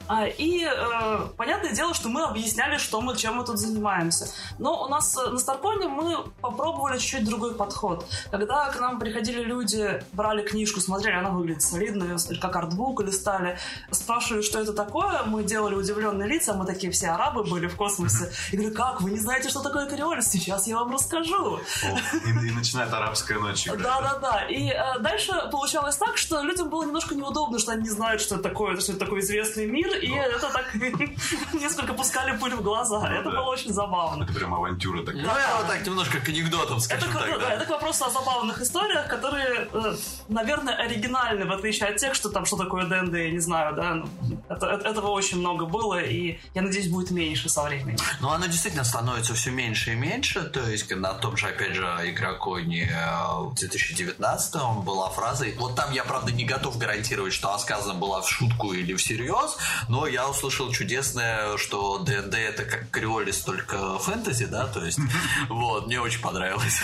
И э, понятное дело, что мы объясняли, что мы, чем мы тут занимаемся. Но у нас на Старконе мы попробовали чуть-чуть другой подход. Когда к нам приходили люди, брали книжку, смотрели, она выглядит солидно, как артбук, листали, спрашивали, что это такое, мы делали удивленные лица, мы такие все арабы были в космосе. И говорю, как, вы не знаете, что такое Кориолис? Сейчас я вам расскажу. О, и, и начинает арабская ночь играть. Да-да-да. И э, дальше получалось так, что людям было немножко неудобно, что они не знают, что это такое, что это такой известный мир, и Но. это так несколько пускали пыль в глаза. Ну, это да. было очень забавно. Это прям авантюра такая. Ну, я вот так немножко к анекдотам, скажем это, так. Да, да. это к вопросу о забавных историях, которые, наверное, оригинальны, в отличие от тех, что там, что такое ДНД, я не знаю, да. Это, этого очень много было, и, я надеюсь, будет меньше со временем. Ну, оно действительно становится все меньше и меньше. То есть, на том же, опять же, Игроконе в две тысячи девятнадцатом была фраза, вот там я, правда, не готов гарантировать, что она сказана была в шутку или всерьез, но я услышал чудесное, что ДНД это как Кориолис, только фэнтези, да, то есть, вот, мне очень понравилось.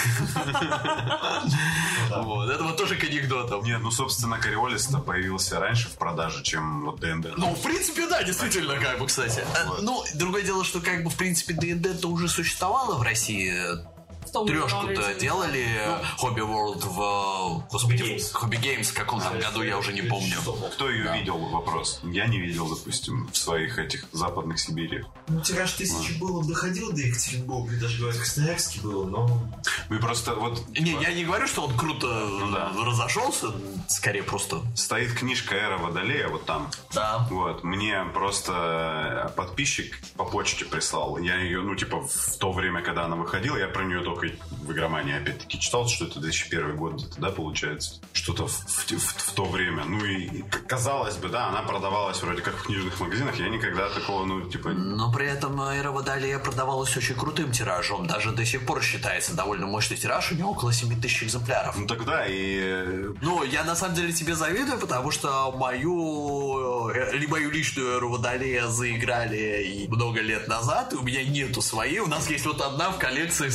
Вот, это вот тоже к анекдотам. Нет, ну, собственно, Кориолис-то появился раньше в продаже, чем вот ДНД. Ну, в принципе, да, действительно, как бы, кстати. Ну, другое дело, что, как бы, в принципе, ДНД-то уже существовало в России. Трешку-то делали Hobby World в господи, Hobby Games в каком-то году, я уже не помню. Кто ее да. видел? Вопрос. Я не видел, допустим, в своих этих западных Сибирях. Ну, тираж тысячи было, доходил до Екатеринбурга, даже, говорят, Красноярский был, но... Мы просто вот... Не, типа... я не говорю, что он круто ну, да. разошелся, скорее просто... Стоит книжка Эра Водолея вот там. Да. Вот. Мне просто подписчик по почте прислал. Я ее, ну, типа, в то время, когда она выходила, я про нее только в игромании опять-таки читал, что это две тысячи первый год где-то, да, получается? Что-то в, в, в, в то время. Ну и казалось бы, да, она продавалась вроде как в книжных магазинах, я никогда такого, ну, типа... Но при этом Эра Водолея продавалась очень крутым тиражом. Даже до сих пор считается довольно мощный тираж, у него около семь тысяч экземпляров. Ну тогда и... Ну, я на самом деле тебе завидую, потому что мою... или мою личную Эру Водолея заиграли и много лет назад, и у меня нету своей. У нас есть вот одна в коллекции, соответственно,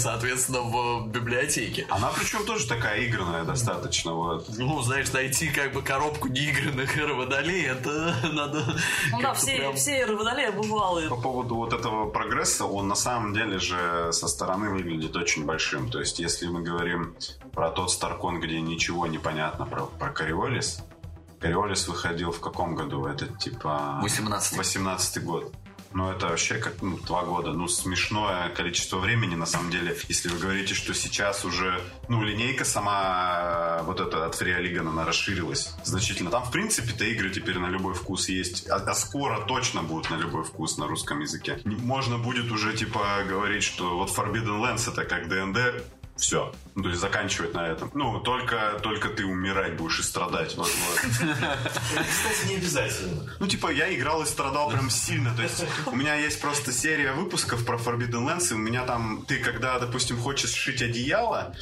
написано в библиотеке. Она причем тоже такая игранная достаточно. Вот. Ну, знаешь, найти как бы коробку неигранных РВДолей, это надо... Ну да, все, прям... все РВДолей бывалые. По поводу вот этого прогресса, он на самом деле же со стороны выглядит очень большим. То есть, если мы говорим про тот Старкон, где ничего не понятно про, про Кориолис, Кориолис выходил в каком году? Это типа... восемнадцатый. восемнадцатый год. Ну, это вообще как ну, два года. Ну, смешное количество времени, на самом деле. Если вы говорите, что сейчас уже, ну, линейка сама вот эта от Фри Олигана, она расширилась значительно. Там, в принципе-то, игры теперь на любой вкус есть. А, а скоро точно будут на любой вкус на русском языке. Можно будет уже, типа, говорить, что вот Forbidden Lands это как ди энд ди. Все. Ну, то есть заканчивать на этом. Ну, только, только ты умирать будешь и страдать. Вот, вот. Кстати, не обязательно. Ну, типа, я играл и страдал прям сильно. То есть у меня есть просто серия выпусков про Forbidden Lands, и у меня там... Ты, когда, допустим, хочешь сшить одеяло,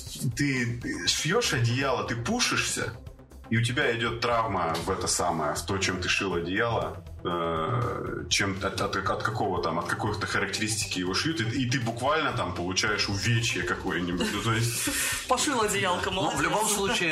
ты шьешь одеяло, ты пушишься, и у тебя идет травма в это самое, в то, чем ты шил одеяло, э, чем, от, от, от какого там, от какой-то характеристики его шьют, и, и ты буквально там получаешь увечье какое-нибудь. Ну, то есть... Пошил одеялко, молодец. Ну, в любом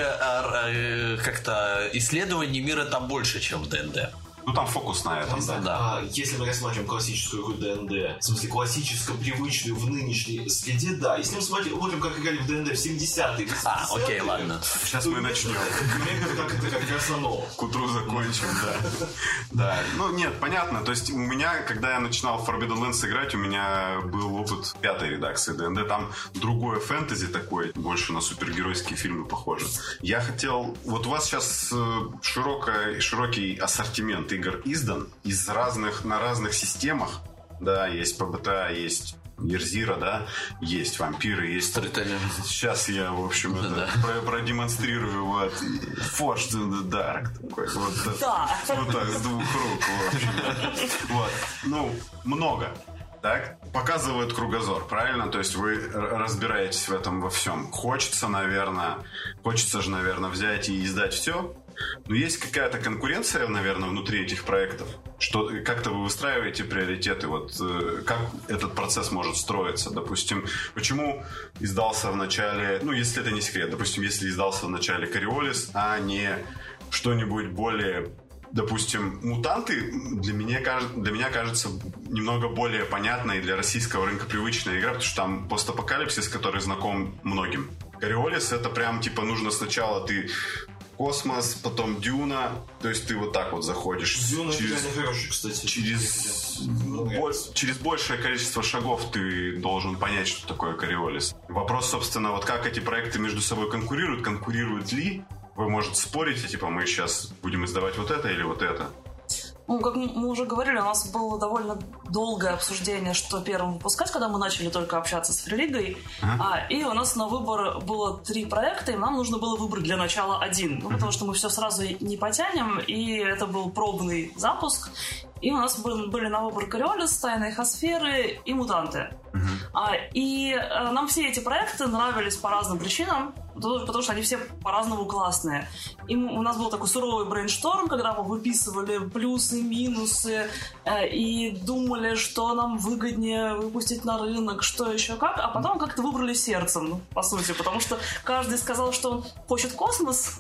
случае, как-то исследований мира там больше, чем в ди энд ди. Ну, там фокус на этом, да. да. А, если мы рассматриваем классическую игру ди энд ди, в смысле классическую, привычную в нынешней среде, да. Если мы смотрим, смотрим как играли в ди энд ди в семидесятые, А, окей, ладно. Сейчас мы начнем. Как это как раз оно. К утру закончим, да. Да. Ну, нет, понятно. То есть у меня, когда я начинал в Forbidden Lands играть, у меня был опыт пятой редакции ди энд ди. Там другое фэнтези такое, больше на супергеройские фильмы похоже. Я хотел... Вот у вас сейчас широкий, широкий ассортимент игр издан из разных, на разных системах. Да, есть ПБТА, есть Ерзира, да, есть вампиры, есть... Storytelling. Сейчас я, в общем, это да. про- продемонстрирую вот Forged in the Dark. Такой, вот, да. Вот так, с двух рук, в общем. Вот. Ну, много. Так? Показывают кругозор, правильно? То есть вы разбираетесь в этом во всем. Хочется, наверное, хочется же, наверное, взять и издать все. Но есть какая-то конкуренция, наверное, внутри этих проектов. Что, как-то вы выстраиваете приоритеты. Вот как этот процесс может строиться. Допустим, почему издался в начале... Ну, если это не секрет. Допустим, если издался в начале Кориолис, а не что-нибудь более... Допустим, мутанты для меня, для меня кажется немного более понятной для российского рынка привычная игра, потому что там постапокалипсис, который знаком многим. Кориолис это прям типа нужно сначала ты космос, потом Дюна, то есть ты вот так вот заходишь. Дюна через, это хороший, кстати. Через, бо, через большее количество шагов ты должен понять, что такое Кориолис. Вопрос, собственно, вот как эти проекты между собой конкурируют, конкурируют ли? Вы можете спорить, типа, мы сейчас будем издавать вот это или вот это? Ну, как мы уже говорили, у нас было довольно долгое обсуждение, что первым выпускать, когда мы начали только общаться с Фрилигой. Uh-huh. А, и у нас на выбор было три проекта, и нам нужно было выбрать для начала один. Ну, uh-huh. потому что мы все сразу не потянем, и это был пробный запуск. И у нас были, были на выбор Кориолис, Тайные Хосферы и Мутанты. Uh-huh. А, и а, нам все эти проекты нравились по разным причинам, потому, потому что они все по-разному классные. И мы, у нас был такой суровый брейншторм, когда мы выписывали плюсы, минусы э, и думали, что нам выгоднее выпустить на рынок, что еще как, а потом как-то выбрали сердцем, ну, по сути, потому что каждый сказал, что он хочет космос.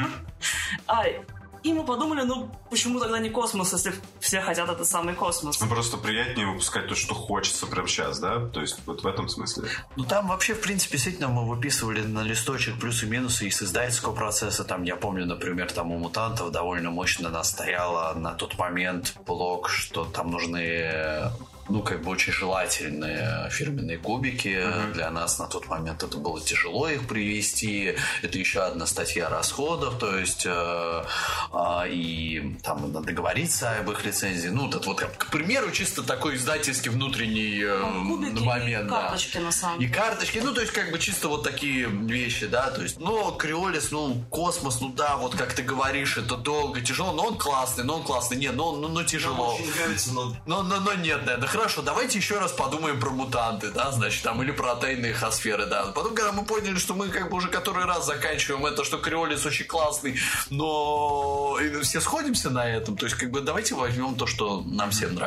Uh-huh. И мы подумали, ну, почему тогда не космос, если все хотят этот самый космос? Ну, просто приятнее выпускать то, что хочется прямо сейчас, да? То есть вот в этом смысле. Ну, там вообще, в принципе, действительно, мы выписывали на листочек плюсы-минусы из издательского процесса. Там, я помню, например, там у «Мутантов» довольно мощно настояла на тот момент блок, что там нужны... ну, как бы очень желательные фирменные кубики. Uh-huh. Для нас на тот момент это было тяжело их привести. Это еще одна статья расходов, то есть э, э, и там надо договориться об их лицензии. Ну, это вот, к примеру, чисто такой издательский внутренний э, кубики момент. И карточки, да. на самом деле. И карточки, ну, то есть, как бы чисто вот такие вещи, да, то есть, ну, Кориолис, ну, космос, ну, да, вот как ты говоришь, это долго, тяжело, но он классный, но он классный, нет, но, но, но тяжело. Мне очень нравится, но... Но, но, но нет, наверное, хорошо, давайте еще раз подумаем про мутанты, да, значит, там, или про тайные хосферы, да. Потом, когда мы поняли, что мы как бы уже который раз заканчиваем это, что Кориолис очень классный, но и все сходимся на этом, то есть, как бы, давайте возьмем то, что нам всем нравится.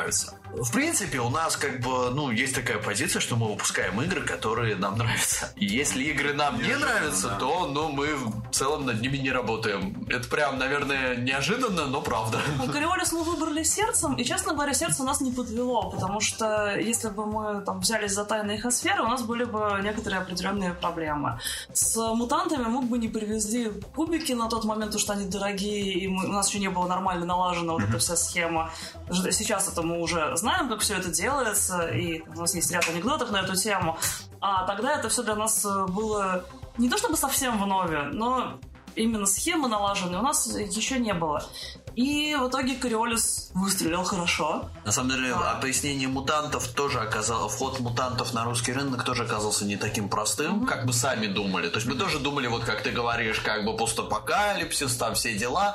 В принципе, у нас как бы, ну, есть такая позиция, что мы выпускаем игры, которые нам нравятся. И если игры нам не нравятся, да. то, ну, мы в целом над ними не работаем. Это прям, наверное, неожиданно, но правда. Кориолис мы выбрали сердцем, и, честно говоря, сердце нас не подвело, потому что если бы мы там взялись за тайные Эхосферы, у нас были бы некоторые определенные проблемы. С мутантами мы бы не привезли кубики на тот момент, потому что они дорогие, и мы, у нас еще не было нормально налажена вот mm-hmm. эта вся схема. Сейчас это мы уже знаем, как все это делается, и у нас есть ряд анекдотов на эту тему. А тогда это все для нас было не то чтобы совсем вновь, но именно схемы налаженные у нас еще не было. И в итоге Кориолис выстрелил хорошо. На самом деле, а. пояснение мутантов тоже оказалось... Вход мутантов на русский рынок тоже оказался не таким простым, mm-hmm. как мы сами думали. То есть мы тоже думали, вот как ты говоришь, как бы постапокалипсис, там все дела...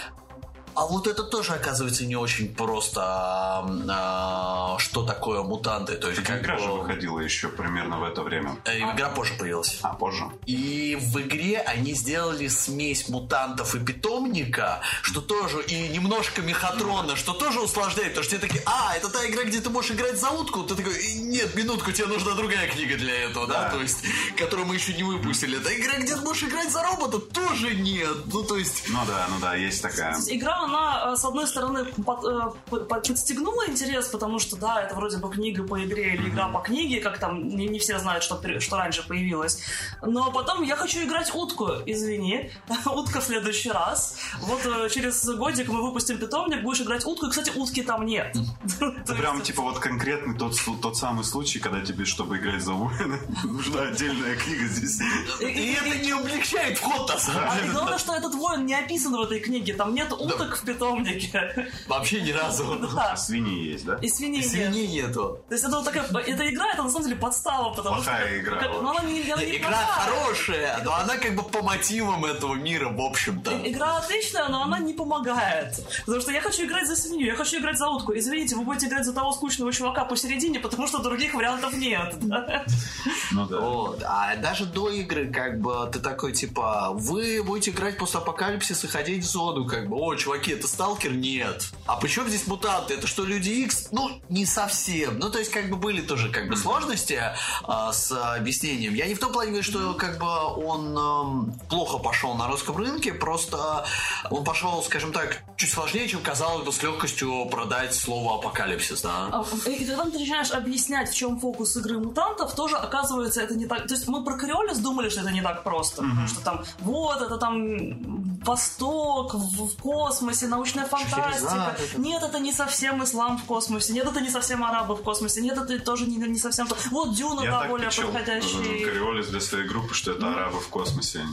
А вот это тоже, оказывается, не очень просто, а, а, что такое мутанты. То есть, как игра бы... же выходила еще примерно в это время. И а. игра позже появилась. А, позже. И в игре они сделали смесь мутантов и питомника, что тоже, и немножко мехатрона, что тоже усложняет. Потому что тебе такие, а, это та игра, где ты можешь играть за утку? Ты такой, нет, минутку, тебе нужна другая книга для этого, да? да? То есть, которую мы еще не выпустили. Это игра, где ты можешь играть за робота? Тоже нет. Ну, то есть... Ну да, ну да, есть такая... Игра она, с одной стороны, под, под, подстегнула интерес, потому что, да, это вроде бы книга по игре или игра по книге, как там, не, не все знают, что, что раньше появилось. Но потом я хочу играть утку, извини. Утка в следующий раз. Вот через годик мы выпустим питомник, будешь играть утку, и, кстати, утки там нет. Это прям, типа, вот конкретный тот, тот самый случай, когда тебе, чтобы играть за Уэна, нужна отдельная книга здесь. И это не облегчает вход, на самом деле. Главное, что этот воин не описан в этой книге, там нет уток в питомнике. Вообще ни разу. Да. Свиньи есть, да? И свиней, и свиней нет. нету. То есть это вот такая... Эта игра, это на самом деле подстава, потому Плохая что... игра. Как, ну, она не, она не игра плохая. хорошая, но она как бы по мотивам этого мира, в общем-то. И, игра отличная, но она не помогает. Потому что я хочу играть за свинью, я хочу играть за утку. Извините, вы будете играть за того скучного чувака посередине, потому что других вариантов нет. Ну да. Вот. А даже до игры, как бы, ты такой, типа, вы будете играть постапокалипсис и ходить в зону, как бы, о, чуваки, это сталкер? Нет. А почему здесь мутанты? Это что, Люди Икс? Ну, не совсем. Ну, то есть, как бы, были тоже, как бы, сложности а, с объяснением. Я не в том плане говорю, что, как бы, он а, плохо пошел на русском рынке, просто он пошел, скажем так, чуть сложнее, чем казалось бы с легкостью продать слово апокалипсис, да? И когда ты начинаешь объяснять, в чем фокус игры мутантов, тоже оказывается это не так. То есть мы про Кориолис думали, что это не так просто, mm-hmm. потому что там вот это там Восток в, в космосе, научная фантастика. Это. Нет, это не совсем ислам в космосе. Нет, это не совсем арабы в космосе. Нет, это тоже не, не совсем то. Вот Дюна, Я да, так более печел, подходящий. Кориолис для своей группы, что это mm-hmm. арабы в космосе.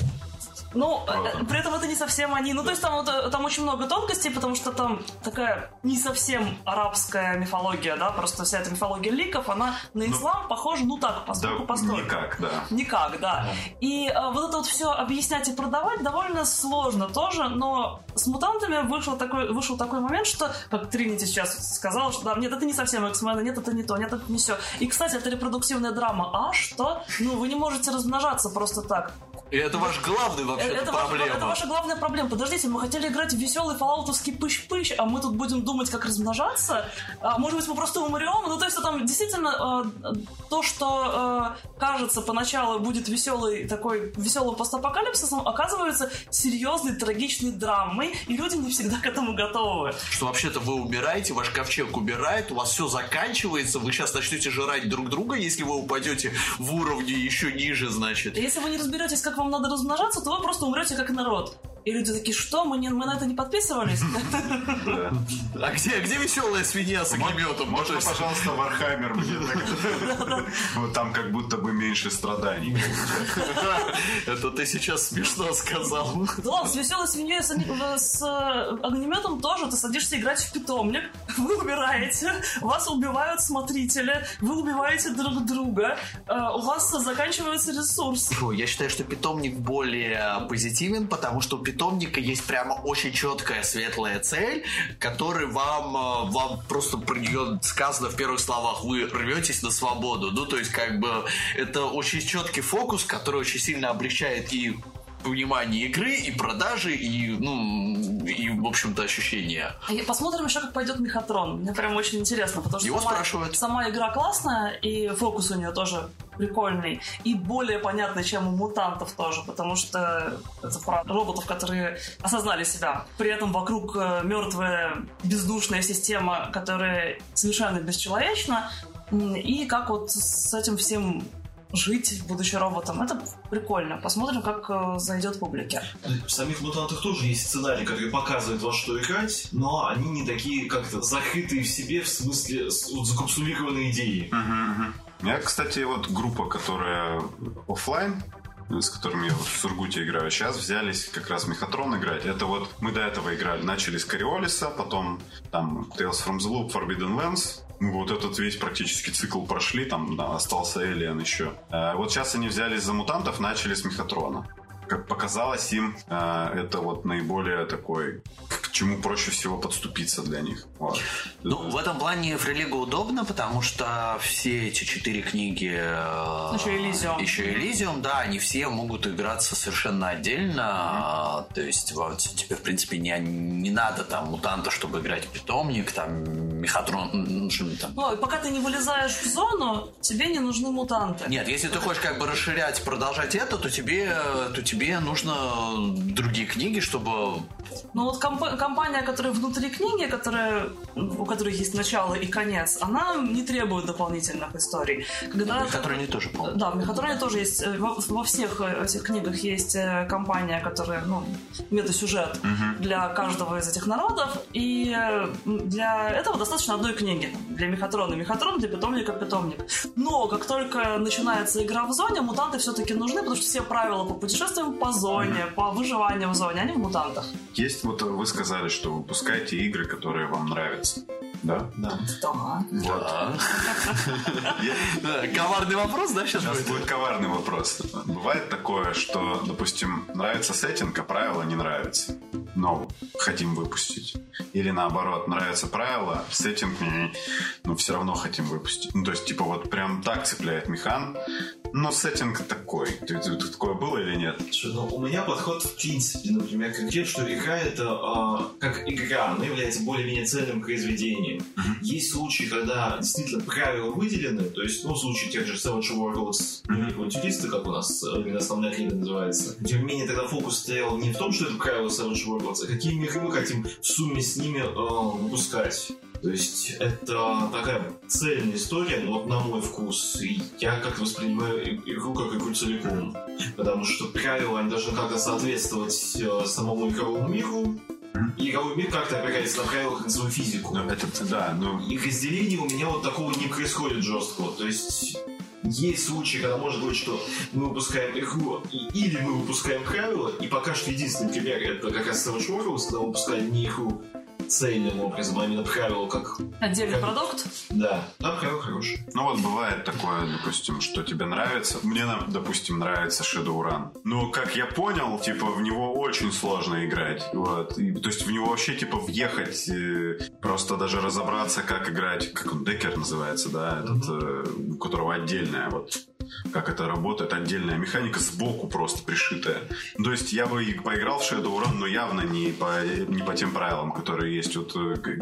Ну, вот при этом это не совсем они. Ну, то есть там, вот, там очень много тонкостей, потому что там такая не совсем арабская мифология, да, просто вся эта мифология ликов, она на ислам ну, похожа, ну так, постольку, да, постольку. Никак, да. Никак, да. И а, вот это вот все объяснять и продавать довольно сложно тоже, но с мутантами вышел такой, вышел такой момент, что, как Тринити сейчас сказала, что да, нет, это не совсем X-Men, нет, это не то, нет, это не все. И, кстати, это репродуктивная драма. А что? Ну, вы не можете размножаться просто так. И это ваш главный вообще это проблема. Ваш, это ваша главная проблема. Подождите, мы хотели играть в веселый фоллаутовский пыщ-пыщ, а мы тут будем думать, как размножаться? А, может быть, мы просто умрем? Ну, то есть, там действительно э, то, что э, кажется поначалу будет веселый такой веселым постапокалипсисом, оказывается серьезной, трагичной драмой, и люди не всегда к этому готовы. Что вообще-то вы умираете, ваш ковчег умирает, у вас все заканчивается, вы сейчас начнете жрать друг друга, если вы упадете в уровне еще ниже, значит. Если вы не разберетесь, как вам надо размножаться, то вы просто умрете как народ. И люди такие, что, мы, не, мы на это не подписывались? А где веселая свинья с огнеметом? Можно, пожалуйста, Вархаммер мне? Вот там как будто бы меньше страданий. Это ты сейчас смешно сказал. Да ладно, с веселой свиньей с огнеметом тоже. Ты садишься играть в питомник, вы умираете, вас убивают смотрители, вы убиваете друг друга, у вас заканчивается ресурс. Я считаю, что питомник более позитивен, потому что у питомника есть прямо очень четкая светлая цель, которой вам, вам просто про нее сказано в первых словах. Вы рветесь на свободу. Ну, то есть, как бы, это очень четкий фокус, который очень сильно облегчает и понимание игры, и продажи, и, ну, и, в общем-то, ощущения. Посмотрим еще, как пойдет Мехатрон. Мне прям очень интересно, потому что Его сама, спрашивают. сама игра классная, и фокус у нее тоже прикольный, и более понятный, чем у мутантов тоже, потому что это про роботов, которые осознали себя. При этом вокруг мертвая бездушная система, которая совершенно бесчеловечна, и как вот с этим всем жить, будучи роботом. Это прикольно. Посмотрим, как зайдет публике. В самих мутантах тоже есть сценарий, который показывает, во что играть, но они не такие как-то закрытые в себе, в смысле вот, закапсулированные идеи. Угу, угу. Я, кстати, вот группа, которая офлайн, с которыми я вот в Сургуте играю, сейчас взялись как раз Мехатрон играть. Это вот мы до этого играли, начали с Кориолиса, потом там Tales from the Loop, Forbidden Lands. Мы вот этот весь практически цикл прошли, там да, остался Alien еще. А вот сейчас они взялись за мутантов, начали с Мехатрона. Как показалось им, это вот наиболее такой, к чему проще всего подступиться для них. Вот. Ну, в этом плане Фрилигу удобно, потому что все эти четыре книги... Еще Элизиум. Еще Элизиум, да, они все могут играться совершенно отдельно. Mm-hmm. То есть вот, тебе, в принципе, не, не надо там мутанта, чтобы играть питомник, там Мехатрон... Ну, там. Ну, пока ты не вылезаешь в зону, тебе не нужны мутанты. Нет, если ты хочешь как бы расширять, продолжать это, то тебе, то тебе нужно другие книги, чтобы... Ну вот комп- компания, которая внутри книги, которая, у которой есть начало и конец, она не требует дополнительных историй. Когда в Мехатроне тоже, по-моему. Да, в Мехатроне тоже есть, во, во всех этих книгах есть компания, которая, ну, мета-сюжет uh-huh. для каждого из этих народов, и для этого достаточно одной книги. Для Мехатрона Мехатрон, для питомника питомник. Но как только начинается игра в зоне, мутанты все-таки нужны, потому что все правила по путешествиям по зоне, uh-huh. по выживанию в зоне, они в мутантах. Есть, вот вы сказали, что выпускаете игры, которые вам нравятся. Да? Да. Да. Вот. Коварный вопрос, да, сейчас будет? будет коварный вопрос. Бывает такое, что, допустим, нравится сеттинг, а правила не нравятся. Но хотим выпустить. Или наоборот, нравятся правила, сеттинг, но все равно хотим выпустить. Ну, то есть, типа, вот прям так цепляет механ. Но сеттинг такой. Ты, ты, ты такое было или нет? Ну, у меня подход в принципе, например, как те, что игра это э, как игра, она является более-менее цельным произведением. Mm-hmm. Есть случаи, когда действительно правила выделены, то есть, ну, в случае тех же Savage Worlds, mm-hmm. авантюристы, как у нас именно основная книга называется. Тем не менее, тогда фокус стоял не в том, что это правила Savage Worlds, а какие миры мы хотим в сумме с ними э, выпускать. То есть это такая цельная история, но вот на мой вкус. И я как-то воспринимаю игру как игру целиком. Потому что правила, они должны как-то соответствовать э, самому игровому миру. И игровой мир как-то опирается на правила, как на свою физику. Ну, это, да, ну... И разделение у меня вот такого не происходит жесткого. То есть... Есть случаи, когда может быть, что мы выпускаем игру, или мы выпускаем правила, и пока что единственный пример это как раз Savage Worlds, когда мы выпускаем не игру цельным образом, а именно правила как... Отдельный как... продукт? Да, да, правила хорошие. Ну вот бывает такое, допустим, что тебе нравится. Мне, допустим, нравится Shadowrun. Но, как я понял, типа, в него очень сложно играть. Вот. И, то есть в него вообще, типа, въехать, э, просто даже разобраться, как играть, как он, Деккер называется, да, этот, э, у которого отдельная вот... как это работает, отдельная механика сбоку просто пришитая. То есть я бы поиграл в Shadowrun, но явно не по, не по тем правилам, которые есть вот...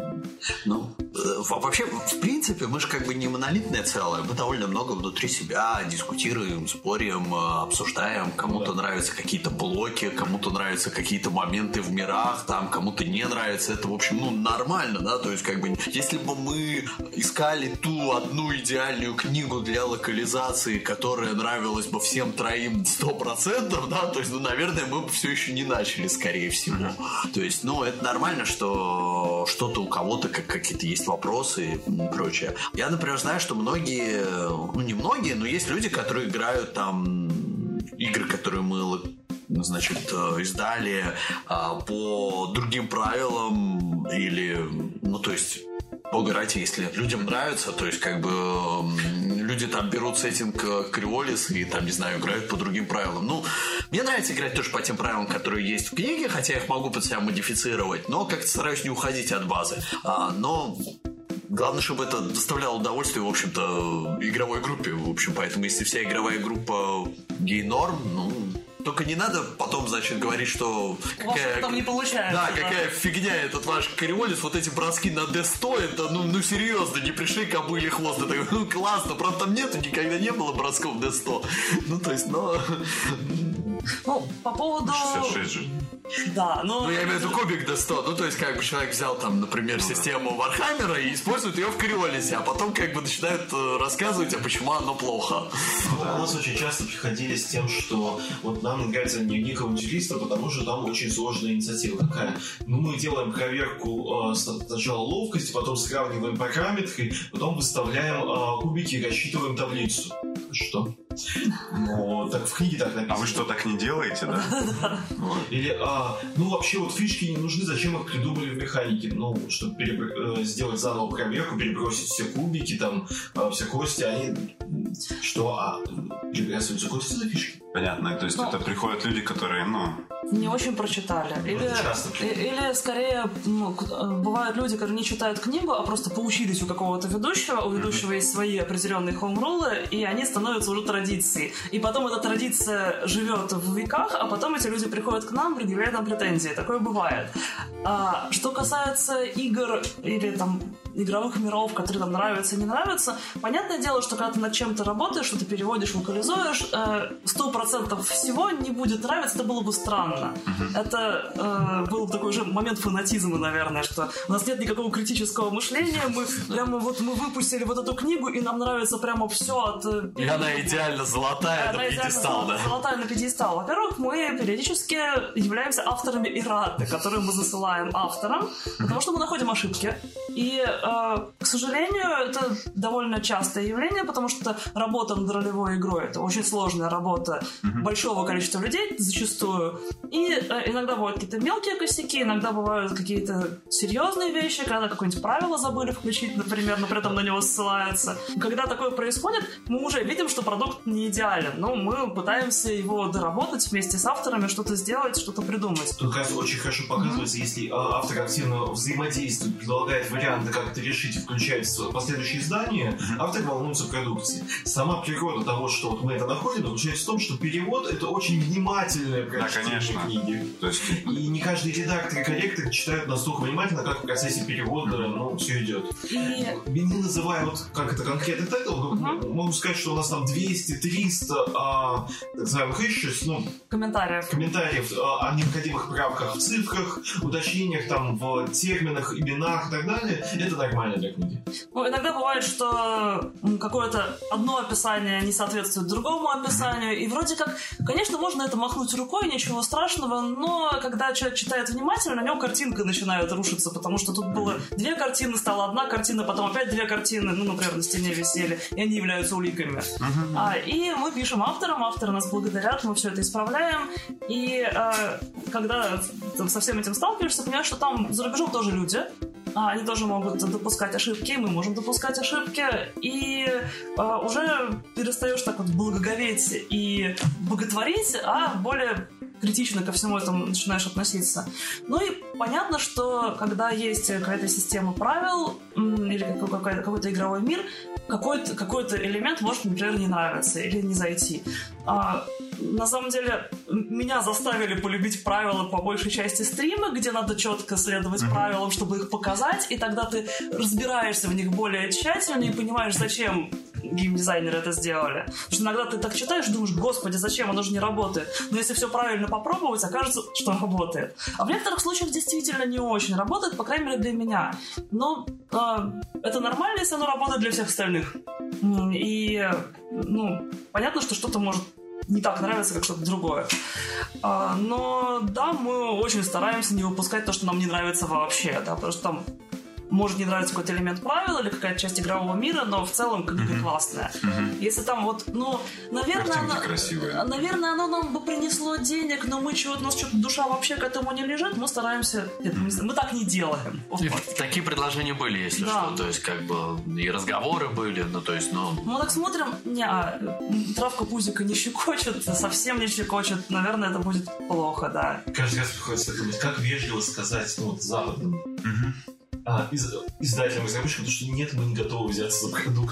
Ну, вообще, в принципе, мы же как бы не монолитное целое. Мы довольно много внутри себя дискутируем, спорим, обсуждаем. Кому-то нравятся какие-то блоки, кому-то нравятся какие-то моменты в мирах, там, кому-то не нравится. Это, в общем, ну, нормально, да? То есть, как бы, если бы мы искали ту одну идеальную книгу для локализации, которая нравилась бы всем троим сто процентов, да, то есть, ну, наверное, мы бы все еще не начали, скорее всего. Mm-hmm. То есть, ну, это нормально, что что-то у кого-то как, какие-то есть вопросы и прочее. Я, например, знаю, что многие, ну, не многие, но есть люди, которые играют там игры, которые мы, значит, издали а, по другим правилам или, ну, то есть поиграйте, если людям нравится, то есть как бы люди там берут сеттинг Криолис и там, не знаю, играют по другим правилам. Ну, мне нравится играть тоже по тем правилам, которые есть в книге, хотя я их могу под себя модифицировать, но как-то стараюсь не уходить от базы. А, но главное, чтобы это доставляло удовольствие, в общем-то, игровой группе. В общем, поэтому если вся игровая группа гей-норм, ну, Только не надо потом, значит, говорить, что... Какая... там не получается. Да, да, какая фигня этот ваш Кориолис, вот эти броски на Д сто, это, ну, ну серьезно, не пришли кобыле хвост. Это, ну, классно, правда, там нету, никогда не было бросков Д сто. Ну, то есть, но... Ну, по поводу... шестьдесят шесть же. Да, но... Ну, я имею в виду кубик Д сто. Ну, то есть, как бы человек взял там, например, ну, систему Вархаммера и использует ее в Кориолисе, а потом как бы начинают э, рассказывать, а почему оно плохо. У нас очень часто приходили с тем, что вот нам нравится дневник авантюриста, потому что там очень сложная инициатива какая. Ну, мы делаем проверку э, сначала ловкости, потом сравниваем параметры, потом выставляем э, кубики и рассчитываем таблицу. Что? Ну, так в книге так написано. А вы что, так не делаете, да? Или, а, ну, вообще, вот фишки не нужны, зачем их придумали в механике? Ну, чтобы перебр... сделать заново проверку, перебросить все кубики, там, все кости, они... Что? А, перебрасываются кости за фишки? Понятно, то есть ну, это приходят люди, которые, ну... не очень прочитали. Или, или скорее, ну, бывают люди, которые не читают книгу, а просто поучились у какого-то ведущего, у ведущего есть свои определенные хоумрулы, и они становятся уже традицией. И потом эта традиция живет в веках, а потом эти люди приходят к нам, предъявляют нам претензии. Такое бывает. А, что касается игр или там игровых миров, которые там нравятся и не нравятся, понятное дело, что когда ты над чем-то работаешь, что ты переводишь, локализуешь, сто процентов всего не будет нравиться, это было бы странно. Uh-huh. Это э, был такой же момент фанатизма, наверное, что у нас нет никакого критического мышления, мы прямо вот мы выпустили вот эту книгу, и нам нравится прямо все от... И она идеально золотая на пьедестал, да? Золотая на пьедестал. Во-первых, мы периодически являемся авторами эрраты, которые мы засылаем авторам, uh-huh. потому что мы находим ошибки. И, э, к сожалению, это довольно частое явление, потому что работа над ролевой игрой — это очень сложная работа uh-huh. большого количества людей, зачастую. И э, иногда бывают какие-то мелкие косяки, иногда бывают какие-то серьезные вещи, когда какое-нибудь правило забыли включить, например, но при этом на него ссылаются. Когда такое происходит, мы уже видим, что продукт не идеален, но мы пытаемся его доработать вместе с авторами, что-то сделать, что-то придумать. Тут, кажется, очень хорошо показывается, mm-hmm. если автор активно взаимодействует, предлагает варианты, как это решить и включать в последующие издания, mm-hmm. автор волнуется продукции. Сама природа того, что вот мы это находим, заключается в том, что перевод — это очень внимательное прочтение да, книги. То есть... И не каждый редактор и корректор читают настолько внимательно, как в процессе перевода mm-hmm. ну, все идет. И... Не называя вот как это конкретный тайтл, mm-hmm. могу сказать, что у нас там двести-триста а, так называемых issues, ну, комментариев, комментариев а, о необходимых правках в цифрах, уточнениях там в терминах, именах и так далее. Это нормально для книги. Ну, иногда бывает, что какое-то одно описание не соответствует другому описанию, и вроде как, конечно, можно это махнуть рукой, ничего страшного, но когда человек читает внимательно, на нем картинка начинает рушиться, потому что тут было две картины, стала одна картина, потом опять две картины, ну, например, на стене висели, и они являются уликами. Uh-huh. А, и мы пишем авторам, авторы нас благодарят, мы все это исправляем, и а, когда там, со всем этим сталкиваешься, понимаешь, что там за рубежом тоже люди, а, они тоже могут допускать ошибки, мы можем допускать ошибки, и а, уже перестаешь так вот благоговеть и боготворить, а более критично ко всему этому начинаешь относиться. Ну и понятно, что когда есть какая-то система правил или какой-то, какой-то игровой мир, какой-то, какой-то элемент может, например, не нравиться или не зайти. А, на самом деле, меня заставили полюбить правила по большей части стрима, где надо четко следовать mm-hmm. правилам, чтобы их показать, и тогда ты разбираешься в них более тщательно и понимаешь, зачем геймдизайнеры это сделали. Потому что иногда ты так читаешь, думаешь, господи, зачем, оно же не работает. Но если все правильно попробовать, окажется, что работает. А в некоторых случаях действительно не очень работает, по крайней мере для меня. Но э, это нормально, если оно работает для всех остальных. И, ну, понятно, что что-то может не так нравится, как что-то другое. А, но да, мы очень стараемся не выпускать то, что нам не нравится вообще, да, потому что там может не нравиться какой-то элемент правил или какая-то часть игрового мира, но в целом книга mm-hmm. классная. Mm-hmm. Если там вот, ну, наверное, оно, наверное, оно нам бы принесло денег, но мы чего-то, у нас что-то душа вообще к этому не лежит, мы стараемся, нет, мы, мы так не делаем. Вот. Такие предложения были, если да. что, то есть как бы и разговоры были, ну то есть, ну... Мы так смотрим, не, а, травка пузика не щекочет, совсем не щекочет, наверное, это будет плохо, да. Каждый раз приходится думать, как вежливо сказать, ну вот западным. Mm-hmm. А, из, издателям, изобретателям, потому что нет, мы не готовы взяться за продукт.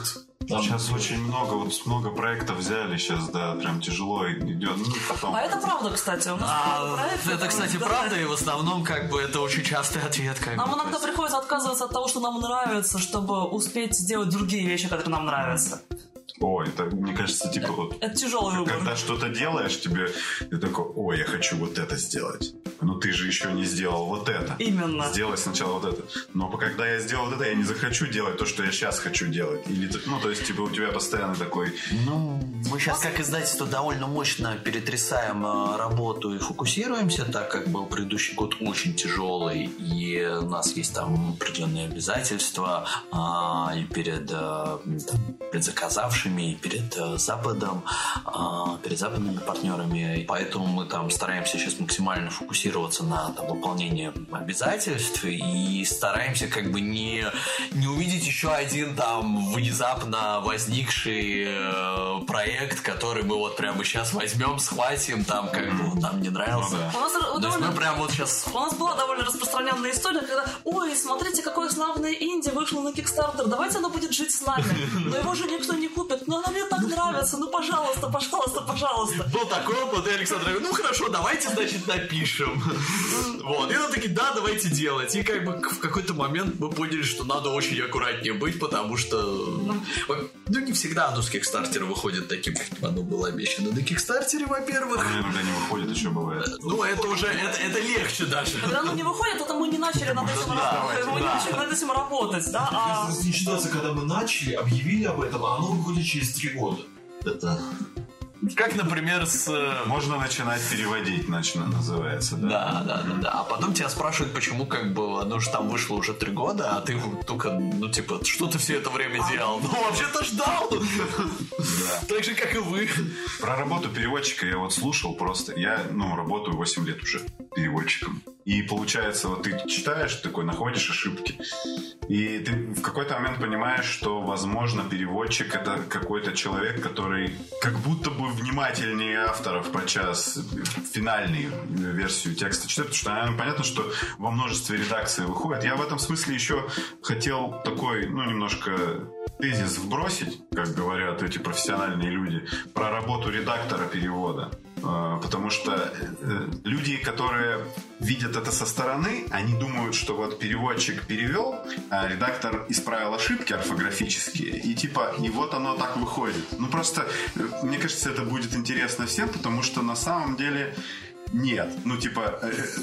Там сейчас очень много, вот много проектов взяли, сейчас, да, прям тяжело идет. Ну, потом... А это правда, кстати. У нас а, проекты, это, кстати, да. правда, и в основном, как бы, это очень частый ответ. Как нам бы, иногда есть... приходится отказываться от того, что нам нравится, чтобы успеть сделать другие вещи, которые нам нравятся. Ой, это, мне кажется, типа вот... Это тяжелый выбор. Когда что-то делаешь, тебе... Ты такой, ой, я хочу вот это сделать. Но ты же еще не сделал вот это. Именно. Сделай сначала вот это. Но когда я сделал вот это, я не захочу делать то, что я сейчас хочу делать. Или, ну, то есть, типа, у тебя постоянно такой... Ну, мы сейчас как издательство довольно мощно перетрясаем работу и фокусируемся, так как был предыдущий год очень тяжелый, и у нас есть там определенные обязательства а, и перед а, предзаказавшими, и перед э, Западом, э, перед западными партнерами. И поэтому мы там стараемся сейчас максимально фокусироваться на там, выполнении обязательств и стараемся как бы не, не увидеть еще один там внезапно возникший э, проект, который мы вот прямо сейчас возьмем, схватим, там как бы вот, нам не нравился. Ну, да. У нас, То довольно... есть мы прям вот сейчас... У нас была довольно распространенная история, когда ой, смотрите, какое славное инди вышло на Kickstarter, давайте оно будет жить с нами. Но его же никто не купит. Но она мне так нравится, ну пожалуйста, пожалуйста, пожалуйста. Был такой опыт, и Александр говорит, ну хорошо, давайте, значит, напишем. Вот, и мы такие, да, давайте делать. И как бы в какой-то момент мы поняли, что надо очень аккуратнее быть, потому что, ну, не всегда оно с Кикстартера выходит таким, каким оно было обещано. На Кикстартере, во-первых... Оно иногда не выходит, еще бывает. Ну, это уже, это, это легче даже. Когда оно не выходит, это мы не начали над этим, да, мы не да. начали над этим работать, да? А... Это ситуация, когда мы начали, объявили об этом, а оно выходит через три года. Это... Как, например, с... Можно начинать переводить, начина называется, да? Да, да, да, да. А потом тебя спрашивают, почему как бы оно же там вышло уже три года, а ты только, ну, типа, что ты все это время делал? Ну, вообще-то ждал! Да. Так же, как и вы. Про работу переводчика я вот слушал просто. Я, ну, работаю восемь лет уже переводчиком. И получается, вот ты читаешь, такой, находишь ошибки. И ты в какой-то момент понимаешь, что, возможно, переводчик — это какой-то человек, который как будто бы внимательнее авторов подчас финальную версию текста читает, потому что, наверное, понятно, что во множестве редакций выходит. Я в этом смысле еще хотел такой, ну, немножко тезис вбросить, как говорят эти профессиональные люди, про работу редактора перевода. Потому что люди, которые видят это со стороны, они думают, что вот переводчик перевел, а редактор исправил ошибки орфографические, и типа, и вот оно так выходит. Ну просто, мне кажется, это будет интересно всем, потому что на самом деле нет. Ну типа...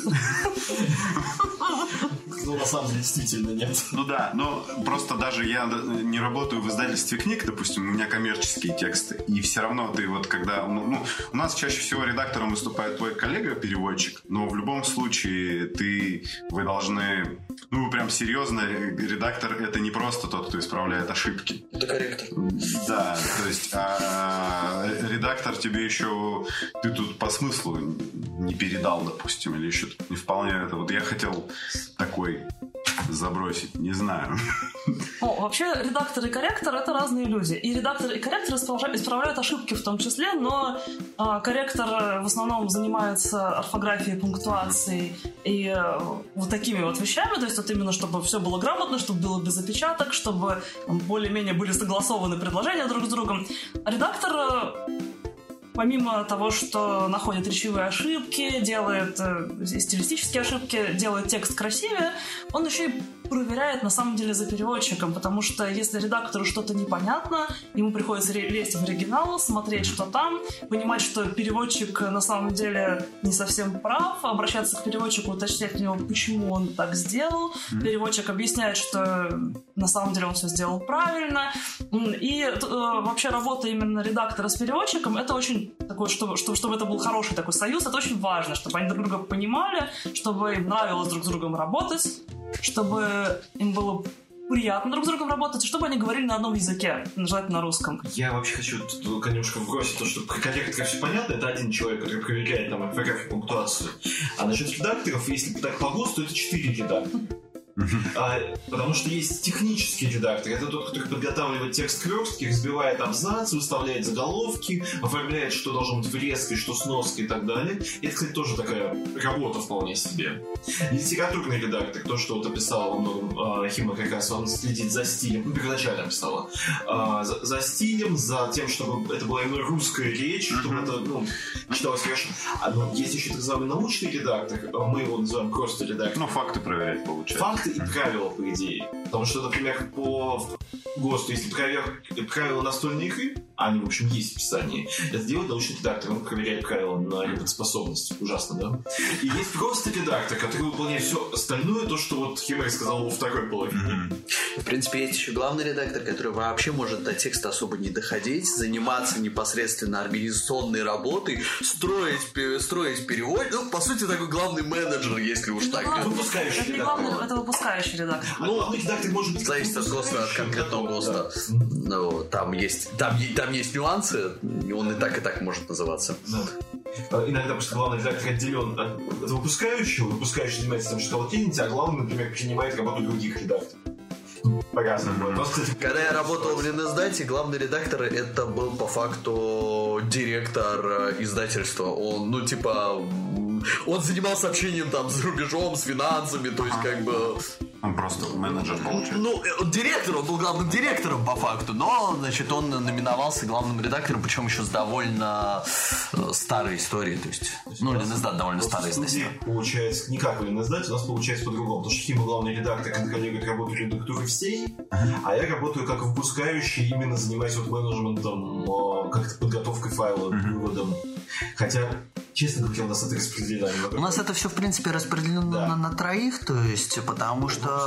Ну, на самом деле, действительно нет. Ну да, но просто даже я не работаю в издательстве книг, допустим, у меня коммерческие тексты, и все равно ты вот когда... Ну, ну, у нас чаще всего редактором выступает твой коллега-переводчик, но в любом случае ты, вы должны... Ну, прям серьезно, редактор — это не просто тот, кто исправляет ошибки. Это корректор. Да, то есть а редактор тебе еще... Ты тут по смыслу не передал, допустим, или еще не вполне это... Вот я хотел такой забросить, не знаю. О, вообще редактор и корректор — это разные люди. И редактор и корректор исправляют ошибки в том числе, но а, корректор в основном занимается орфографией, пунктуацией и а, вот такими вот вещами, то есть вот именно чтобы все было грамотно, чтобы было без опечаток, чтобы более-менее были согласованы предложения друг с другом. А редактор, помимо того, что находит речевые ошибки, делает э, стилистические ошибки, делает текст красивее, он еще и проверяет на самом деле за переводчиком, потому что если редактору что-то непонятно, ему приходится лезть в оригинал, смотреть, что там, понимать, что переводчик на самом деле не совсем прав, обращаться к переводчику, уточнять у него, почему он так сделал. Mm-hmm. Переводчик объясняет, что на самом деле он все сделал правильно. И э, вообще работа именно редактора с переводчиком — это очень такой, чтобы, чтобы, чтобы это был хороший такой союз, это очень важно, чтобы они друг друга понимали, чтобы им нравилось друг с другом работать, чтобы им было приятно друг с другом работать, и чтобы они говорили на одном языке, желательно на русском. Я вообще хочу тут немножко вбросить то, что корректор, все понятно, это один человек, который проверяет нам орфографию, пунктуацию. А насчет редакторов, если так по ГОСТу, это четыре редактора. А, потому что есть технический редактор. Это тот, который подготавливает текст к верстке, разбивает абзацы, выставляет заголовки, оформляет, что должно быть врезкой, что сноской и так далее. И это, кстати, тоже такая работа вполне себе. Литературный редактор, то, что вот описала во многом а, Хима, как раз он следит за стилем, ну, первоначально описала, а, за, за стилем, за тем, чтобы это была именно русская речь, mm-hmm. чтобы это, ну, читалось хорошо. А, ну, есть еще так называемый научный редактор, мы его называем просто редактор. Ну, факты проверять, получается. Факты и правила, по идее. Потому что, например, по ГОСТу, если провер... правила настольной игры, а они, в общем, есть в описании, это делает научный редактор, он проверяет правила на работоспособность. Ужасно, да? И есть просто редактор, который выполняет все остальное, то, что вот Химер сказал во второй половине. Mm-hmm. В принципе, есть еще главный редактор, который вообще может до текста особо не доходить, заниматься непосредственно организационной работой, строить, строить перевод. Ну, по сути, такой главный менеджер, если уж так. Главный, выпускающий это, редактор. главный, это выпускающий редактор. А ну, главный редактор может быть... Зависит от ГОСТа, от конкретного ГОСТа. Да. Ну, там есть, там, там есть нюансы, он и так, и так может называться. Да. Иногда просто главный редактор отделен от, от выпускающего, выпускающий занимается тем, что колотильница, а главный, например, принимает работу других редакторов. По-разному. Mm-hmm. Когда я работал в Лениздате, главный редактор это был по факту директор издательства. Он, ну, типа, он занимался общением там с рубежом, с финансами, то есть как бы... Он просто менеджер, получается. Ну, директор, он был главным директором по факту, но, значит, он номиновался главным редактором, причем еще с довольно э, старой историей, то есть, то есть ну, Лениздат довольно старый издатель. Получается, не как в Лениздате, у нас получается по-другому, потому что Хима главный редактор контролирует работу редактуры всей, uh-huh. а я работаю как выпускающий, именно занимаюсь вот менеджментом, э, как-то подготовкой файла, uh-huh. выводом. Хотя, честно говоря, у нас это распределено. У нас это все, в принципе, распределено да. на, на троих, то есть, потому что...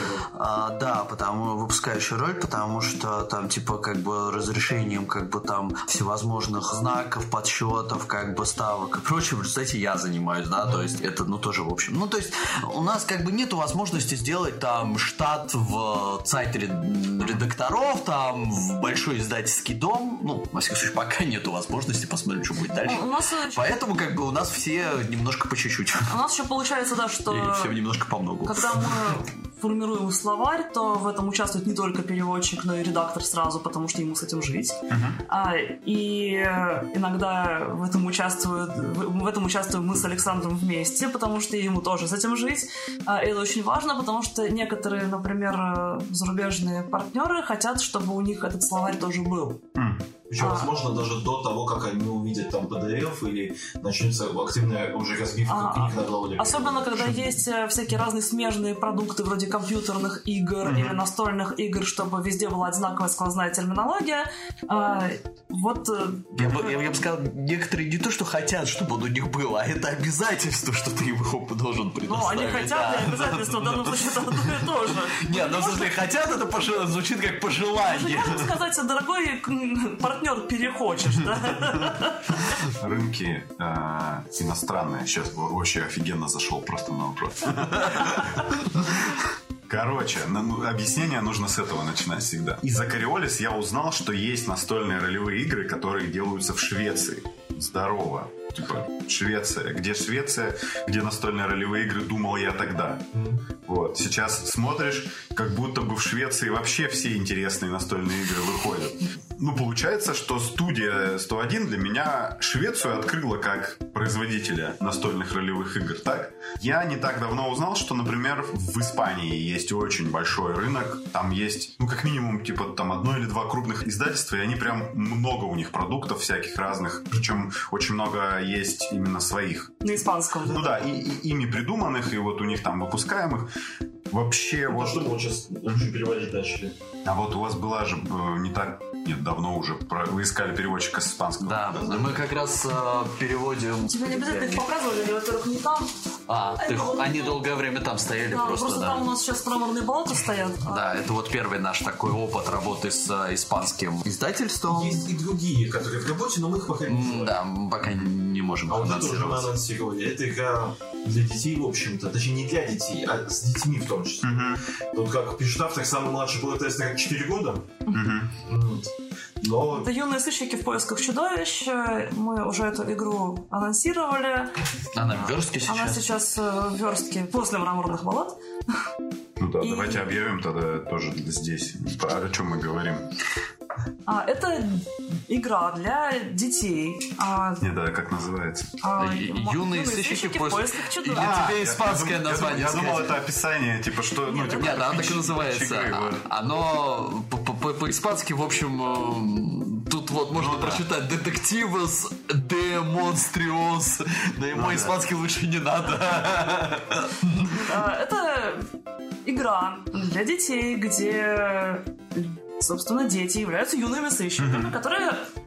А, да, потому выпускающая роль, потому что там, типа, как бы разрешением, как бы там всевозможных знаков, подсчетов, как бы ставок и прочее, кстати, я занимаюсь, да, то есть, это, ну, тоже, в общем, ну, то есть, у нас, как бы, нету возможности сделать там штат в сайте редакторов, там, в большой издательский дом, ну, во всяком случае, пока нету возможности, посмотрим, что будет дальше. У нас... Поэтому, как бы, у нас все немножко по чуть-чуть. У нас еще получается, да, что... И все немножко по многу. Когда мы формируем словарь, то в этом участвует не только переводчик, но и редактор сразу, потому что ему с этим жить. Uh-huh. А, и иногда в этом участвует, в этом участвуем мы с Александром вместе, потому что ему тоже с этим жить. А, и это очень важно, потому что некоторые, например, зарубежные партнеры хотят, чтобы у них этот словарь тоже был. Uh-huh. Причем, а. возможно, даже до того, как они увидят там пи ди эф или начнется активная уже разбивка а, книг на главу. Особенно, когда есть всякие разные смежные продукты вроде компьютерных игр mm-hmm. или настольных игр, чтобы везде была одинаковая сквозная терминология. А, вот... Я бы, я, я бы сказал, некоторые не то, что хотят, чтобы он у них был, а это обязательство, что ты его должен предоставить. Ну, они хотят, да. И обязательство, в данном случае, это одно и то же. Нет, ну, в смысле, хотят, это звучит как пожелание. Можно сказать, дорогой партнер, перехочешь, да? Рынки э, иностранные. Сейчас вообще офигенно зашел просто на вопрос. Короче, ну, объяснение нужно с этого начинать всегда. Из-за Кориолис я узнал, что есть настольные ролевые игры, которые делаются в Швеции. Здорово. Типа, Швеция. Где Швеция, где настольные ролевые игры, думал я тогда. Mm. Вот. Сейчас смотришь, как будто бы в Швеции вообще все интересные настольные игры выходят. Ну, получается, что студия сто один для меня Швецию открыла как производителя настольных ролевых игр. Так? Я не так давно узнал, что, например, в Испании есть очень большой рынок. Там есть, ну, как минимум, типа, там одно или два крупных издательства, и они прям много у них продуктов всяких разных. Причем очень много есть именно своих. На испанском. Ну да, и, и, ими придуманных, и вот у них там выпускаемых. Вообще ну, вот... Что мы вот сейчас уже переводить начали? А вот у вас была же не так... Нет, давно уже. Вы искали переводчика с испанского. Да, да, мы как раз э, переводим... Тебе не обязательно их показывали, они, во-первых, не там. А, ты, они долгое время там стояли да, просто, просто да. там у нас сейчас мраморные болота стоят. Да, а... это вот первый наш такой опыт работы с э, испанским издательством. Есть и другие, которые в работе, но мы их пока не называем. Да, мы пока не можем а анонсировать. А вот это уже анонсировали. Это игра для детей, в общем-то. Точнее, не для детей, а с детьми в том числе. Uh-huh. Тут, как пишет автор, самый младший был тестер четыре года. Uh-huh. Вот. Но... Это «Юные сыщики в поисках чудовищ». Мы уже эту игру анонсировали. Она в верстке сейчас? Она сейчас в верстке после «Мраморных болот». Ну да, И... давайте объявим тогда тоже здесь, о чем мы говорим. А, это игра для детей. А, Не, да, как называется? А, «Юные сыщики в поисках чудовищ». А, тебе испанское я, название. Я, я думал, это описание, типа, что... Ну, типа, нет, оно так и называется. Оно по-испански, в общем, тут вот можно ну, прочитать «Детективос де Монстриос». Но ему ну, испанский да. лучше не надо. Это игра для детей, где... Собственно, дети являются юными сыщиками, mm-hmm. которые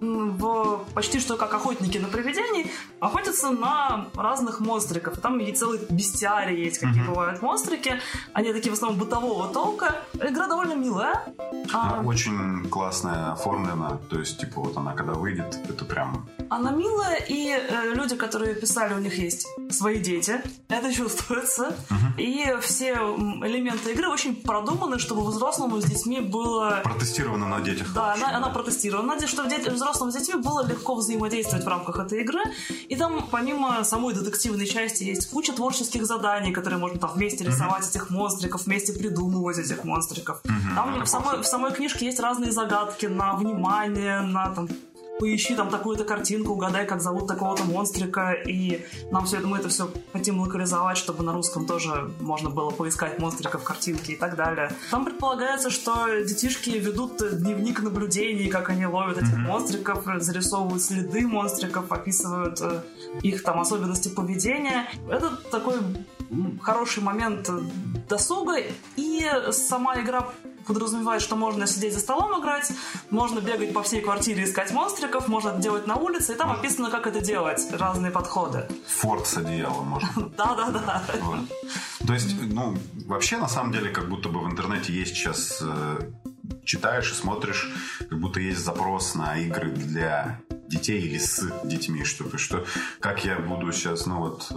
в, почти что как охотники на привидений охотятся на разных монстриков. Там и целые бестиарии есть, какие mm-hmm. бывают монстрики. Они такие в основном бытового толка. Игра довольно милая. А... Очень классная, оформлена. То есть, типа, вот она когда выйдет, это прям... Она милая, и э, люди, которые писали, у них есть свои дети. Это чувствуется. Mm-hmm. И все элементы игры очень продуманы, чтобы взрослому с детьми было... Протестирована на детях. Да, вообще, она, да. она протестирована, чтобы дети, взрослым с детьми было легко взаимодействовать в рамках этой игры. И там, помимо самой детективной части, есть куча творческих заданий, которые можно там вместе рисовать mm-hmm. этих монстриков, вместе придумывать этих монстриков. Mm-hmm. Там в самой, в самой книжке есть разные загадки на внимание, на там... Поищи там такую-то картинку, угадай, как зовут такого-то монстрика, и нам все это, мы это все хотим локализовать, чтобы на русском тоже можно было поискать монстриков, картинки и так далее. Там предполагается, что детишки ведут дневник наблюдений, как они ловят этих mm-hmm. монстриков, зарисовывают следы монстриков, описывают э, их там особенности поведения. Это такой хороший момент досуга, и сама игра подразумевает, что можно сидеть за столом играть, можно бегать по всей квартире искать монстриков, можно это делать на улице, и там описано, как это делать, разные подходы. Форт с одеялом можно. Да-да-да. То есть, ну, вообще, на самом деле, как будто бы в интернете есть сейчас, читаешь и смотришь, как будто есть запрос на игры для детей или с детьми, что-то, что как я буду сейчас, ну вот...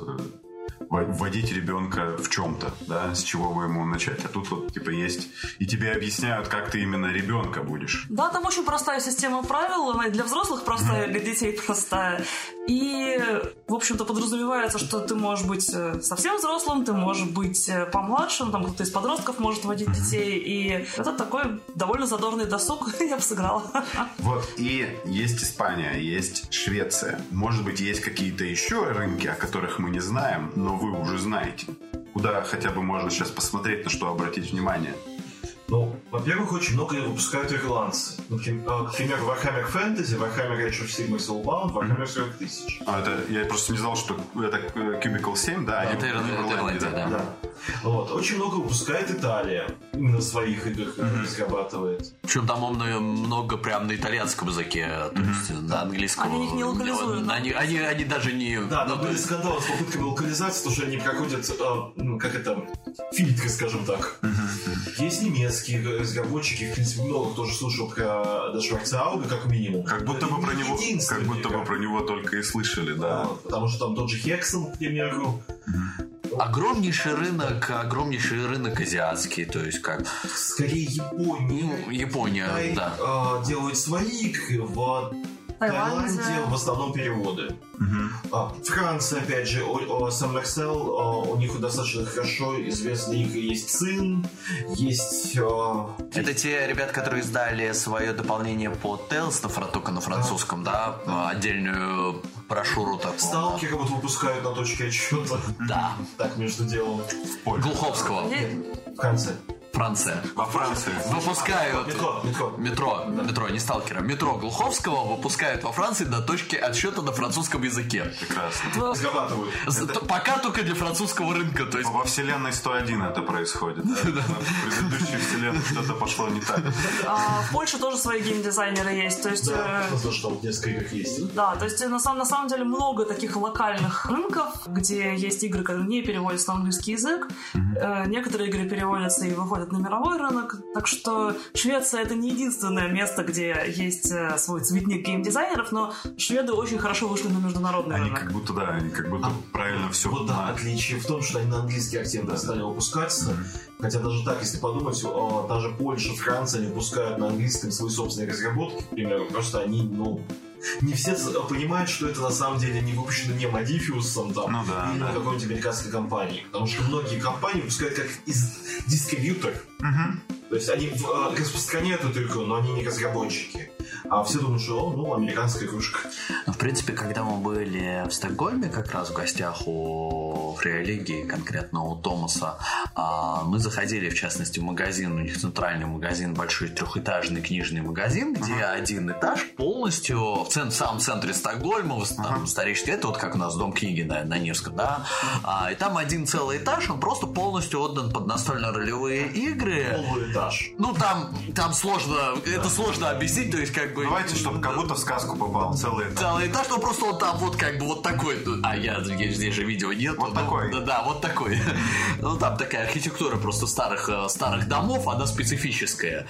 вводить ребенка в чем-то, да, с чего бы ему начать. А тут вот, типа, есть... И тебе объясняют, как ты именно ребенка будешь. Да, там очень простая система правил. Она для взрослых простая, mm-hmm. для детей простая. И, в общем-то, подразумевается, что ты можешь быть совсем взрослым, ты можешь быть помладше, там кто-то из подростков может водить mm-hmm. детей. И это такой довольно задорный досуг. Я бы сыграла. Вот. И есть Испания, есть Швеция. Может быть, есть какие-то еще рынки, о которых мы не знаем, но вы уже знаете. Куда хотя бы можно сейчас посмотреть, на что обратить внимание? Ну, во-первых, очень много выпускают ирландцы. Например, Warhammer Fantasy, Warhammer Age of Sigmar Soulbound, Warhammer сорок тысяч. А, это, я просто не знал, что это Cubicle семь, да? Это Ирландия, да. да. Вот. Очень много выпускает Италия. Именно своих игр mm-hmm. разрабатывает. Причем там много прям на итальянском языке, то есть mm-hmm. на английском. Они их не локализуют. Они, они, они даже не... Да, но были скандалы с попытками локализации, потому что они проходят, ну, как это, фильтры, скажем так. Mm-hmm. Есть немецкие разработчики, в принципе, много кто же слушал про даже Шварцауга, как минимум. Как будто бы про него, как будто бы про него только и слышали, да. да. Потому что там тот же Хексон, к примеру. Mm-hmm. Огромнейший рынок, огромнейший рынок азиатский, то есть как... Скорее Япония. Ну, Япония, Китай, да. Э, делают свои игры в Таиланде, в основном переводы. Uh-huh. А, Франция, опять же, Summercell, у них достаточно хорошо известные игры. Есть Цин, есть... А... Это те ребята, которые издали свое дополнение по Tales, на, только на французском, да? да? Отдельную брошюру такую. Сталкеры вот выпускают на точке отсчета. Да. Так, между делом. Глуховского. В Франции. Франция. Во Франции. Выпускают... Метро, метро. Метро, да. метро, не Сталкера. Метро Глуховского выпускают во Франции на точке отсчета на французском языке. Прекрасно. Разрабатывают. Это... Пока только для французского рынка. То есть... Во вселенной сто один это происходит. Да? В предыдущей вселенной что-то пошло не так. А, в Польше тоже свои геймдизайнеры есть. То есть, да, э... что в несколько играх есть. Да, то есть на самом, на самом деле много таких локальных рынков, где есть игры, которые не переводятся на английский язык. Mm-hmm. Некоторые игры переводятся и выходят на мировой рынок, так что Швеция — это не единственное место, где есть свой цветник геймдизайнеров, но шведы очень хорошо вышли на международный они рынок. Они как будто, да, они как будто а, правильно все... Вот да, отличие в том, что они на английский активно стали выпускаться, хотя даже так, если подумать, о, даже Польша, Франция не выпускают на английском свои собственные разработки, к примеру, просто они, ну... Не все понимают, что это на самом деле не выпущено не Модифиусом там, ну, да, или да. на какой-нибудь американской компании. Потому что многие компании выпускают как из дистрибьютор. Угу. То есть они э, распространяют эту игру, но они не разработчики. А все думают, что, ну, американская игрушка. Ну, в принципе, когда мы были в Стокгольме, как раз в гостях у Фриолиги, конкретно у Томаса, мы заходили, в частности, в магазин, у них центральный магазин, большой трехэтажный книжный магазин, где uh-huh. один этаж полностью в, цент, в самом центре Стокгольма, там, uh-huh. исторически, это вот как у нас Дом книги на, на Невском, да, а, и там один целый этаж, он просто полностью отдан под настольно-ролевые игры. Полный этаж. Ну, там, там сложно, это сложно объяснить, то есть, как бы... Давайте, чтобы как будто в сказку попал, целый этаж. Целый этаж, но просто он там вот как бы вот такой. А я, здесь же видео нет. Вот ну, такой. Да, да, вот такой. Ну, там такая архитектура просто старых, старых домов, она специфическая.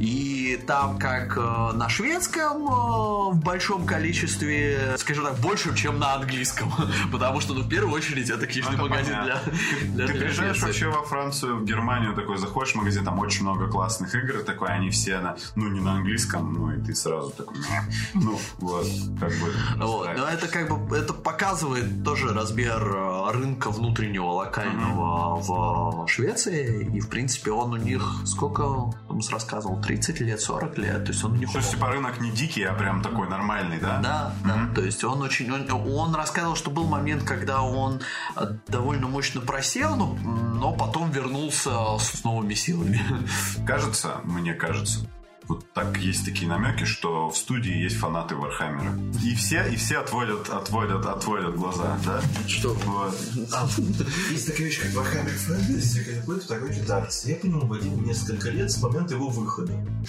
И там как на шведском в большом количестве, скажем так, больше, чем на английском. Потому что, ну, в первую очередь, это книжный ну, магазин для, для... Ты для приезжаешь Швеции. вообще во Францию, в Германию, такой заходишь в магазин, там очень много классных игр, такой, они все, на, ну, не на английском, ну, и ты сразу такой, ну, вот, как бы. Вот. Но это как бы, это показывает тоже размер рынка внутреннего, локального mm-hmm. в Швеции, и, в принципе, он у них, сколько, Томас рассказывал, тридцать лет, сорок лет, то есть он у них... То есть, типа, рынок не дикий, а прям такой нормальный, да? Да, mm-hmm. да, то есть он очень, он, он рассказывал, что был момент, когда он довольно мощно просел, но, но потом вернулся с новыми силами. Кажется, мне кажется, вот так есть такие намеки, что в студии есть фанаты Вархаммера. И все, и все отводят, отводят, отводят глаза, да? Что? Вот. А, есть такая вещь, как Вархаммер Фэнтези, какой-то в такой редакции. Я по нему водил несколько лет с момента его выхода.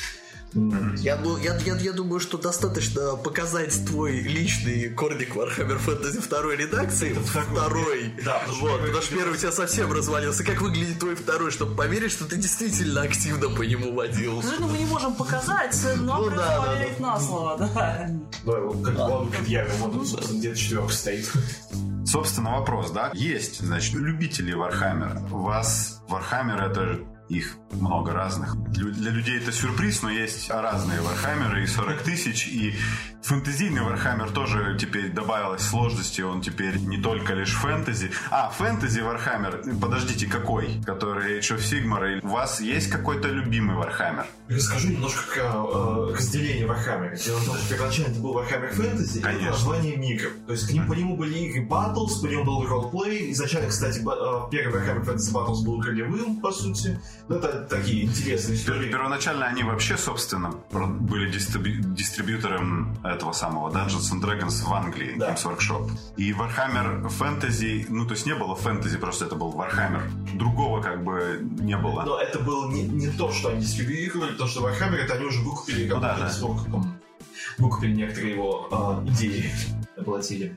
Я, я, я, я думаю, что достаточно показать твой личный корник Warhammer Fantasy второй редакции. Это второй. Да, вот, потому что первый у тебя совсем развалился. Как выглядит твой второй, чтобы поверить, что ты действительно активно по нему водил? К сожалению, мы не можем показать, но ну, придется да, поверить да, на слово. Да, да вот как он предъявил, вот собственно, где-то четверка стоит. Собственно, вопрос, да? Есть, значит, любители Вархаммера. У вас Вархаммер — это их много разных. Для людей это сюрприз, но есть разные Вархаммеры, и сорок тысяч, и фэнтезийный Вархаммер тоже теперь добавилось сложности, он теперь не только лишь фэнтези. А, фэнтези Вархаммер, подождите, какой? Который Age of Sigmar, у вас есть какой-то любимый Вархаммер? Расскажу немножко про э, разделение Вархаммера. Дело в том, что первоначально это был Вархаммер Фэнтези, и название мира. То есть к ним, по нему были игры Battles, по нему был ролплей. Изначально, кстати, ба- первый Вархаммер Фэнтези Battles был ролевым, по сути. Ну, это такие интересные истории. Первоначально они вообще, собственно, были дистрибью- дистрибьютором этого самого Dungeons and Dragons в Англии, да. Games Workshop. И Warhammer Fantasy, ну, то есть не было фэнтези, просто это был Warhammer. Другого как бы не было. Но это было не, не то, что они дистрибьюировали, то, что Warhammer, это они уже выкупили, как ну, да, да. выкупили некоторые его э, идеи. Оплатили.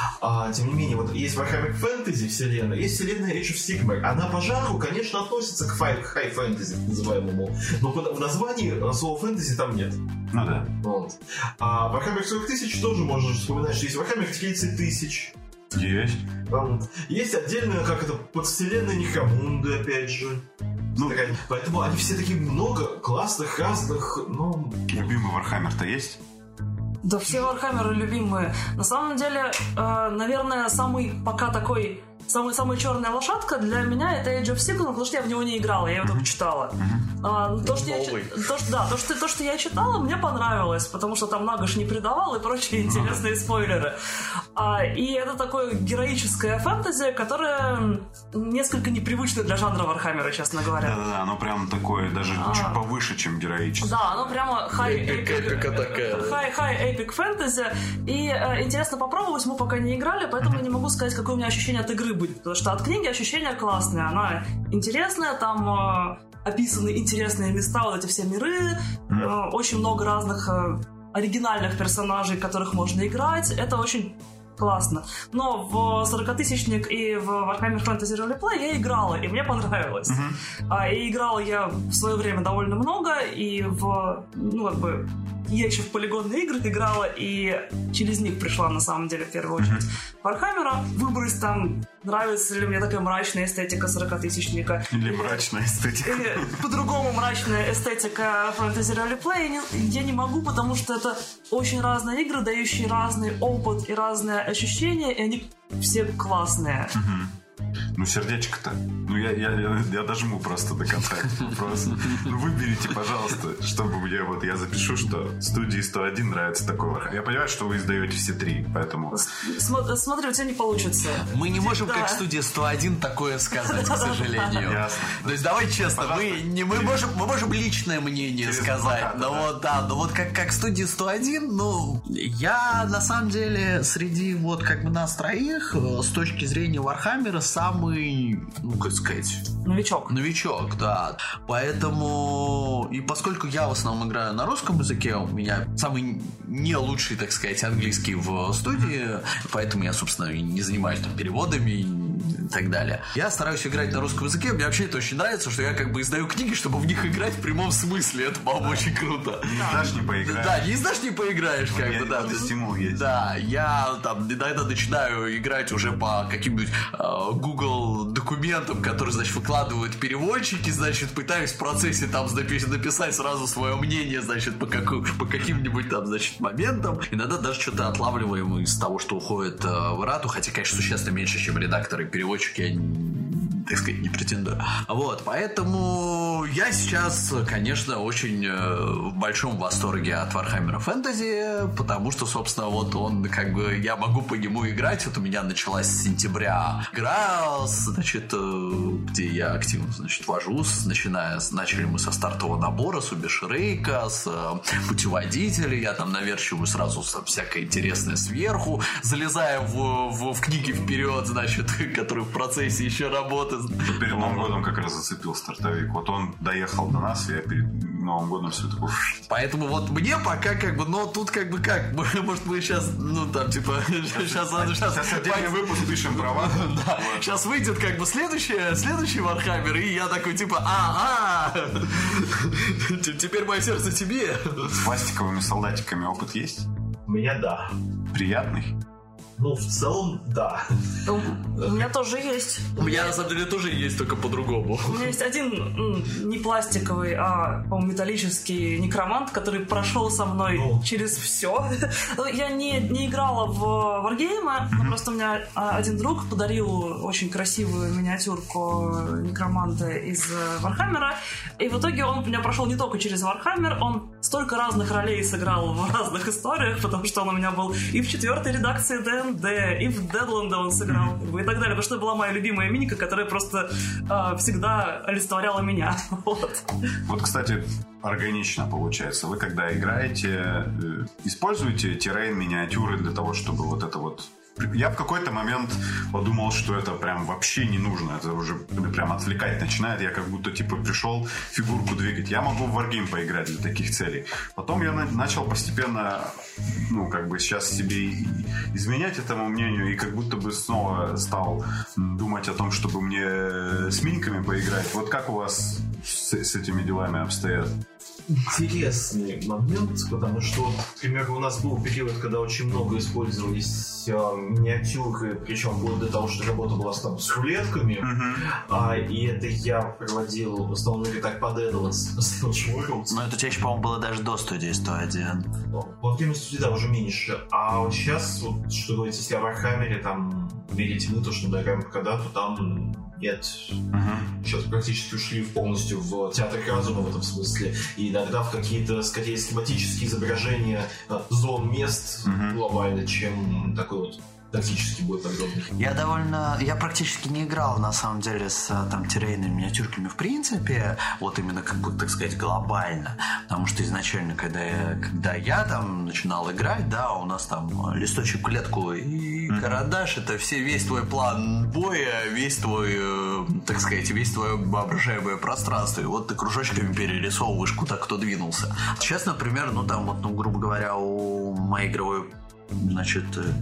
А, тем не менее, вот есть Warhammer Fantasy вселенная, есть вселенная Age of Sigmar. Она по жанру, конечно, относится к High Fantasy, называемому, но в названии слова Fantasy там нет. Ну да. Вот. А Warhammer сорок тысяч тоже можно вспоминать, что есть Warhammer тридцать тысяч. Есть. Вот. Есть отдельная, как это, подвселенная Некромунда, опять же. Ну, поэтому они все такие много классных, разных, ну... Любимый Warhammer-то есть? Да все Вархаммеры любимые. На самом деле, э, наверное, самый пока такой... Самая-самая черная лошадка для меня это Age of Sigmar, потому что я в него не играла, я его только читала. А, то, что я, то, что, да, то, что, то, что я читала, мне понравилось, потому что там Нагаш не предавал и прочие интересные спойлеры. А, и это такое героическое фэнтези, которое несколько непривычно для жанра Вархаммера, честно говоря. Да-да-да, оно прям такое, даже а, чуть повыше, чем героическое. Да, оно прямо high epic, high, high epic fantasy. И э, интересно попробовать, мы пока не играли, поэтому я не могу сказать, какое у меня ощущение от игры будет, потому что от книги ощущение классное, она интересная, там э, описаны интересные места, вот эти все миры, э, очень много разных э, оригинальных персонажей, которых можно играть, это очень классно. Но в сорокатысячник и в Warhammer Fantasy Roleplay я играла, и мне понравилось. Uh-huh. А, и играла я в свое время довольно много, и в, ну, как бы, я еще в полигонные игры играла, и через них пришла, на самом деле, в первую очередь Warhammer'а. Выбрать там, нравится ли мне такая мрачная эстетика сорокатысячника. Или мрачная эстетика. Или по-другому мрачная эстетика Fantasy Roleplay. Я не могу, потому что это очень разные игры, дающие разный опыт и разные ощущения, и они все классные. Ну, сердечко-то. Ну, я, я, я, я дожму просто до конца этот вопрос. Ну, выберите, пожалуйста, чтобы мне вот я запишу, что студии сто один нравится такой Warhammer. Я понимаю, что вы издаете все три, поэтому... См- смотри, у тебя не получится. Мы не можем, да. как студия сто один, такое сказать, к сожалению. Ясно. То есть, давай честно, мы, не, мы, можем, мы можем личное мнение Через сказать. адвоката, Но да. вот, да, но вот как, как студия сто один, ну, я, на самом деле, среди вот как бы нас троих, с точки зрения Вархаммера, самый, ну, как сказать... Новичок. Новичок, да. Поэтому... И поскольку я в основном играю на русском языке, у меня самый не лучший, так сказать, английский в студии, поэтому я, собственно, и не занимаюсь там переводами и так далее. Я стараюсь играть на русском языке. Мне вообще это очень нравится, что я как бы издаю книги, чтобы в них играть в прямом смысле. Это, по-моему, очень круто. Не издашь, не поиграешь. Да, не издашь, не поиграешь, как Я бы, да. вот стимул есть. Да, я там иногда начинаю играть уже по каким-нибудь э, Google документам, которые, значит, выкладывают переводчики, значит, пытаюсь в процессе там напи- написать сразу свое мнение, значит, по, каку- по каким-нибудь там, значит, моментам. Иногда даже что-то отлавливаем из того, что уходит э, в Ирату, хотя, конечно, существенно меньше, чем редакторы и переводчики, я, так сказать, не претендую. Вот, поэтому я сейчас, конечно, очень э, в большом восторге от Warhammer Fantasy, потому что, собственно, вот он, как бы, я могу по нему играть. Вот у меня началась с сентября игра, значит, э, где я активно, значит, вожусь, начиная, с, начали мы со стартового набора, с Убишрейка, с э, путеводителей, я там наверчиваю сразу со всякое интересное сверху, залезая в, в, в книги вперед, значит, которые в процессе еще работают. Перед Новым годом как раз зацепил стартовик. Вот он доехал до нас, и я перед Новым годом все такое... Поэтому вот мне пока как бы, но тут как бы как, может мы сейчас, ну там типа, сейчас, сейчас, Сейчас отдельный выпуск пишем права. да, сейчас выйдет как бы следующий, следующий Warhammer, и я такой типа, а, а, теперь мое сердце тебе. С пластиковыми солдатиками опыт есть? У меня да. Приятный? Ну, в целом, да. У, у меня тоже есть. У меня на самом деле тоже есть, только по-другому. У меня есть один м, не пластиковый, а, по-моему, металлический некромант, который прошел со мной О. через все. Я не, не играла в варгеймы, но просто у меня а, один друг подарил очень красивую миниатюрку некроманта из Вархаммера, и в итоге он у меня прошел не только через Вархаммер, он столько разных ролей сыграл в разных историях, потому что он у меня был и в четвертой редакции ДНД, и в Deadlands он сыграл, и так далее, потому что это была моя любимая миника, которая просто э, всегда олицетворяла меня. Вот. Вот, кстати, органично получается. Вы когда играете, э, используете террейн, миниатюры для того, чтобы вот это вот... Я в какой-то момент подумал, что это прям вообще не нужно. Это уже прям отвлекать начинает. Я как будто типа пришел фигурку двигать. Я могу в Wargame поиграть для таких целей. Потом я на- начал постепенно, ну, как бы сейчас себе и- изменять этому мнению. И как будто бы снова стал думать о том, чтобы мне с миниками поиграть. Вот как у вас с, с этими делами обстоят? Интересный момент, потому что, к примеру, у нас был период, когда очень много использовались а, миниатюры, причем вплоть до того, что работа была там с рулетками, Mm-hmm. а, и это я проводил в основном или так под Эдванс, Но это у тебя еще, по-моему, было даже до студии сто один. во время студии, да, уже меньше. А вот сейчас, вот, что говорить, если о Вархаммере, там, видите мы то, что доиграем когда, то там нет. Uh-huh. Сейчас практически ушли полностью в театр разума в этом смысле. И иногда в какие-то, скорее, схематические изображения э, зон, мест Uh-huh. глобально, чем такой вот тактический бой подробный. Я довольно... Я практически не играл, на самом деле, с там террейными миниатюрками в принципе, вот именно, как бы, так сказать, глобально. Потому что изначально, когда я, когда я там начинал играть, да, у нас там листочек, клетку и карандаш, это все, весь твой план боя, весь твой, э, так сказать, весь твое воображаемое пространство. И вот ты кружочками перерисовываешь, куда кто двинулся. Сейчас, например, ну там, вот, ну, грубо говоря, у моей игровой, значит,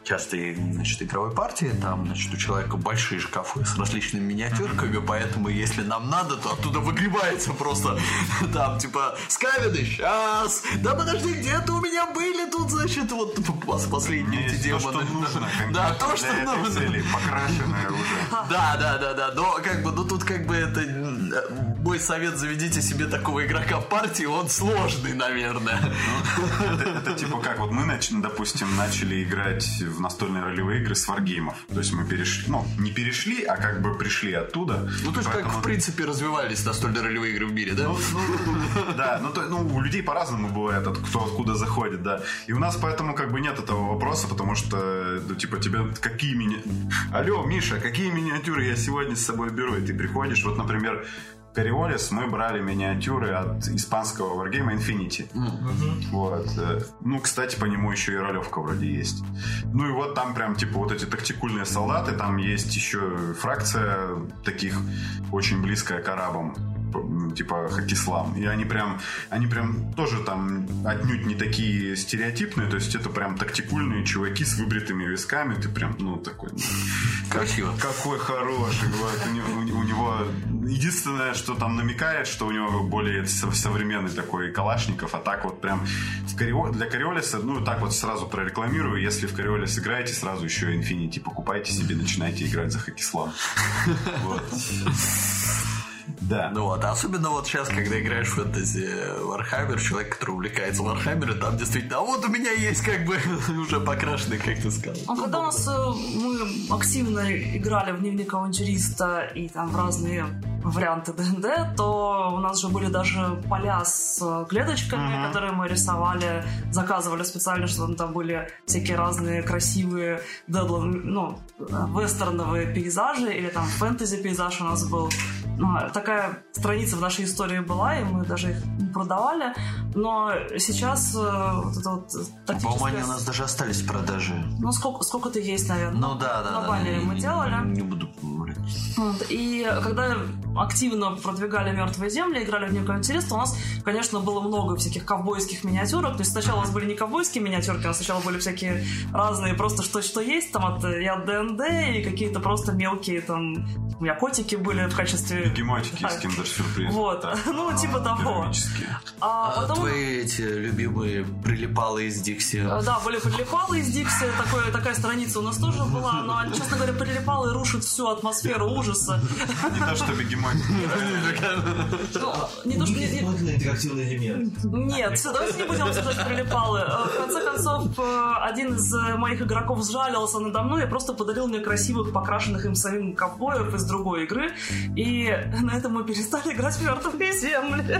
частой, значит, игровой партии. Там, значит, у человека большие шкафы с различными миниатюрками, поэтому если нам надо, то оттуда выгребается просто там, типа, скавины, сейчас, да подожди, где-то у меня были тут, значит, вот последние эти демоны. То, что нужно, да, то, что нужно. Цели, покрашенное уже. Да, да, да, да, но как бы, ну тут как бы это, мой совет, заведите себе такого игрока в партии, он сложный, наверное. Ну, это, это типа как, вот мы, допустим, начали играть в настольные ролевые игры с варгеймов. То есть мы перешли, ну, не перешли, а как бы пришли оттуда. Ну, то есть поэтому... как, в принципе, развивались настольные ролевые игры в мире, да? Ну, ну, да, ну, то, ну, у людей по-разному бывает, кто откуда заходит, да. И у нас поэтому как бы нет этого вопроса, потому что, ну, типа, тебе какие мини... Алло, Миша, какие миниатюры я сегодня с собой беру? И ты приходишь, вот, например, Кориолис мы брали миниатюры от испанского варгейма Infinity. Mm-hmm. Вот. Ну, кстати, по нему еще и ролевка вроде есть. Ну и вот там прям, типа, вот эти тактикульные солдаты, там есть еще фракция таких очень близкая к арабам, типа Хакислам. И они прям, они прям тоже там отнюдь не такие стереотипные, то есть это прям тактикульные чуваки с выбритыми висками. Ты прям, ну, такой... Красиво. Какой хороший. У него, у него единственное, что там намекает, что у него более современный такой Калашников, а так вот прям в Корио... для Кориолиса, ну, так вот сразу прорекламирую, если в Кориолис играете, сразу еще Infinity покупайте себе, начинайте играть за Хакислам. Вот. Да. Ну вот, особенно вот сейчас, когда играешь в фэнтези Warhammer, человек, который увлекается Warhammer, там действительно, а вот у меня есть как бы уже покрашенный, как ты сказал. А когда у нас мы активно играли в дневник авантюриста и там в разные варианты ди энд ди, то у нас же были даже поля с клеточками, uh-huh. которые мы рисовали, заказывали специально, чтобы там были всякие разные красивые дедлов, ну, вестерновые пейзажи, или там фэнтези пейзаж у нас был. Ну, такая страница в нашей истории была, и мы даже их не продавали. Но сейчас вот это вот тактическое... По-моему, они у нас даже остались в продаже. Ну, сколько, сколько-то есть, наверное. Ну, да, да. На баннере да, мы не, делали. Не, не буду говорить. Вот. И когда активно продвигали «Мертвые земли», играли в «Дневник авантюриста», у нас, конечно, было много всяких ковбойских миниатюрок. То есть сначала у нас были не ковбойские миниатюрки, а сначала были всякие разные, просто что, что есть, там от, и от ди энд ди, и какие-то просто мелкие, там, у меня котики были в качестве... Бегемотики из киндер-сюрприз. Вот, да. ну, типа того. А, а потом... Твои эти любимые прилипалы из Дикси. Да, были прилипалы из Дикси, такое, такая страница у нас тоже была, но, честно говоря, прилипалы рушат всю атмосферу ужаса. Не то, что бегемотики. Не то, что... интерактивный элемент. Нет, давайте не будем обсуждать прилипалы. В конце концов, один из моих игроков сжалился надо мной и просто подарил мне красивых, покрашенных им самим ковбоев из другой игры. И на этом мы перестали играть в «Мертвые земли».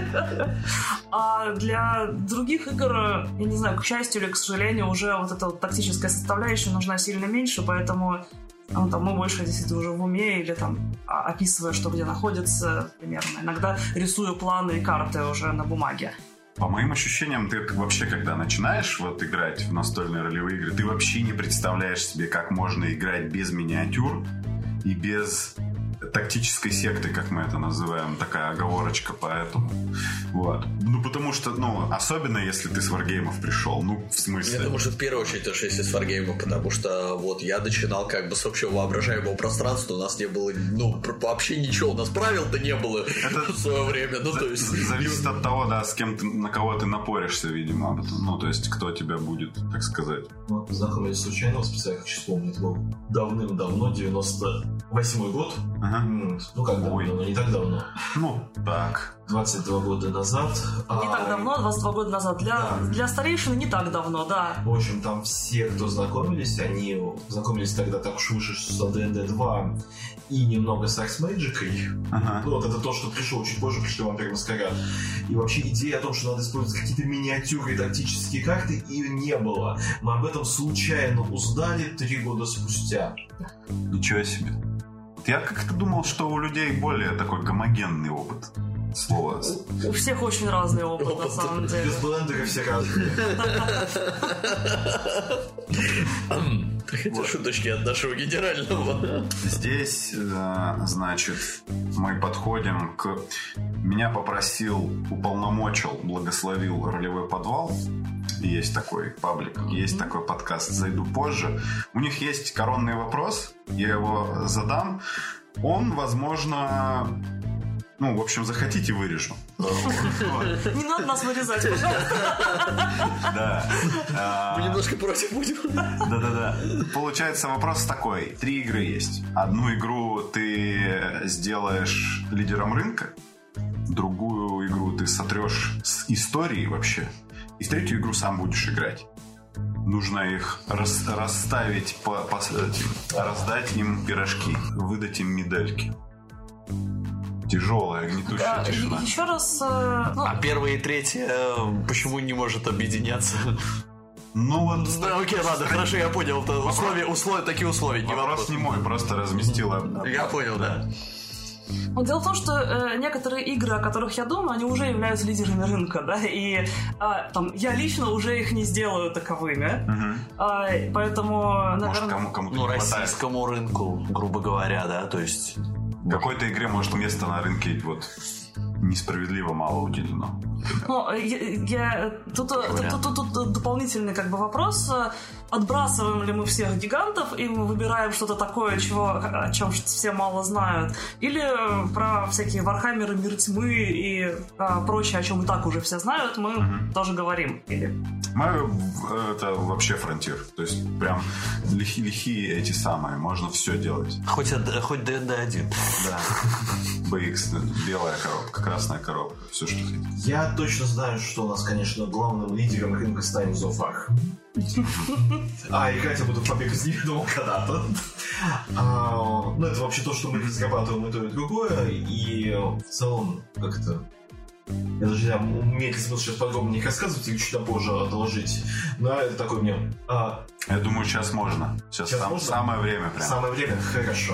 А для других игр, я не знаю, к счастью или к сожалению, уже вот эта вот тактическая составляющая нужна сильно меньше, поэтому ну, там, мы больше действительно уже в уме или там описывая, что где находится примерно. Иногда рисую планы и карты уже на бумаге. По моим ощущениям, ты вообще, когда начинаешь вот играть в настольные ролевые игры, ты вообще не представляешь себе, как можно играть без миниатюр и без тактической секты, как мы это называем, такая оговорочка поэтому. Вот. Ну, потому что, ну, особенно если ты с варгеймов пришел, ну, в смысле. Я думаю, что в первую очередь тоже если с варгеймов, потому что вот я начинал как бы с общего воображаемого пространства, у нас не было, ну, вообще ничего, у нас правил-то не было это в свое время, ну, за- то есть... Зависит от того, да, с кем ты, на кого ты напоришься, видимо, ну, то есть, кто тебя будет, так сказать. Мы познакомились случайно, в специальных числом, это был давным-давно, девяносто восьмой год. Ага. Ну, как давно, но не так давно. Ну, так. двадцать два года назад. Не а... так давно, двадцать два года назад. Для, да. для старейшины не так давно, да. В общем, там все, кто знакомились, они знакомились тогда так уж выше с ди энд ди два и немного с Арс Мэджикой. Ага. Ну, вот это то, что пришло чуть позже, пришли Вампир Маскарад. И вообще идея о том, что надо использовать какие-то миниатюры и тактические карты, ее не было. Мы об этом случайно узнали три года спустя. Ничего себе. Я как-то думал, что у людей более такой гомогенный опыт. Слово. У всех очень разный опыт, опыт на самом деле. Без блендера все разные. Это шуточки от нашего генерального. Здесь, значит, мы подходим к... Меня попросил, уполномочил, благословил ролевой подвал есть такой паблик, есть mm-hmm. такой подкаст, зайду позже. У них есть коронный вопрос, я его задам. Он, возможно... Ну, в общем, захотите, вырежу. Не надо нас вырезать, пожалуйста. Да. Мы немножко против будем. Да-да-да. Получается, вопрос такой. Три игры есть. Одну игру ты сделаешь лидером рынка, другую игру ты сотрешь с историей вообще, и в третью игру сам будешь играть. Нужно их рас, расставить, по, по, раздать им пирожки, выдать им медальки. Тяжелая, гнетущая а, тишина. Еще раз... Э, ну... А первая и третья э, почему не может объединяться? Ну вот... Да, окей, ладно, хорошо, я понял. Условия, условия, такие условия. Не вопрос, вопрос не мой, просто разместила. Я понял, да. Но дело в том, что э, некоторые игры, о которых я думаю, они уже являются лидерами рынка, да, и э, там, я лично уже их не сделаю таковыми, uh-huh. э, поэтому, наверное... Может, кому, кому-то ну, не хватает. Российскому рынку, грубо говоря, да, то есть... В какой-то игре, может, место на рынке вот несправедливо мало уделено. Ну, я, я, тут, тут, тут, тут, тут дополнительный как бы вопрос. Отбрасываем ли мы всех гигантов и мы выбираем что-то такое, чего, о чем все мало знают? Или про всякие Вархаммеры, Мир Тьмы и а, прочее, о чем и так уже все знают, мы угу. тоже говорим? Или... Мы, это вообще фронтир. То есть прям лихи, лихие эти самые. Можно все делать. Хоть, хоть ди энд ди один. Да. би икс, белая коробка, красная коробка. Все, что хотите. Я точно знаю, что у нас, конечно, главным лидером рынка станет Зофар. А, играть я буду в «Побег из неведомого когда-то». А, ну, это вообще то, что мы разрабатываем и то, и другое. И в целом, как-то... Я даже не знаю, умеет ли смысл сейчас подробно не рассказывать или чуть попозже отложить. Но это такое мне... А... Я думаю, сейчас можно. Сейчас, сейчас сам, можно? Самое время прям. Самое время? Хорошо.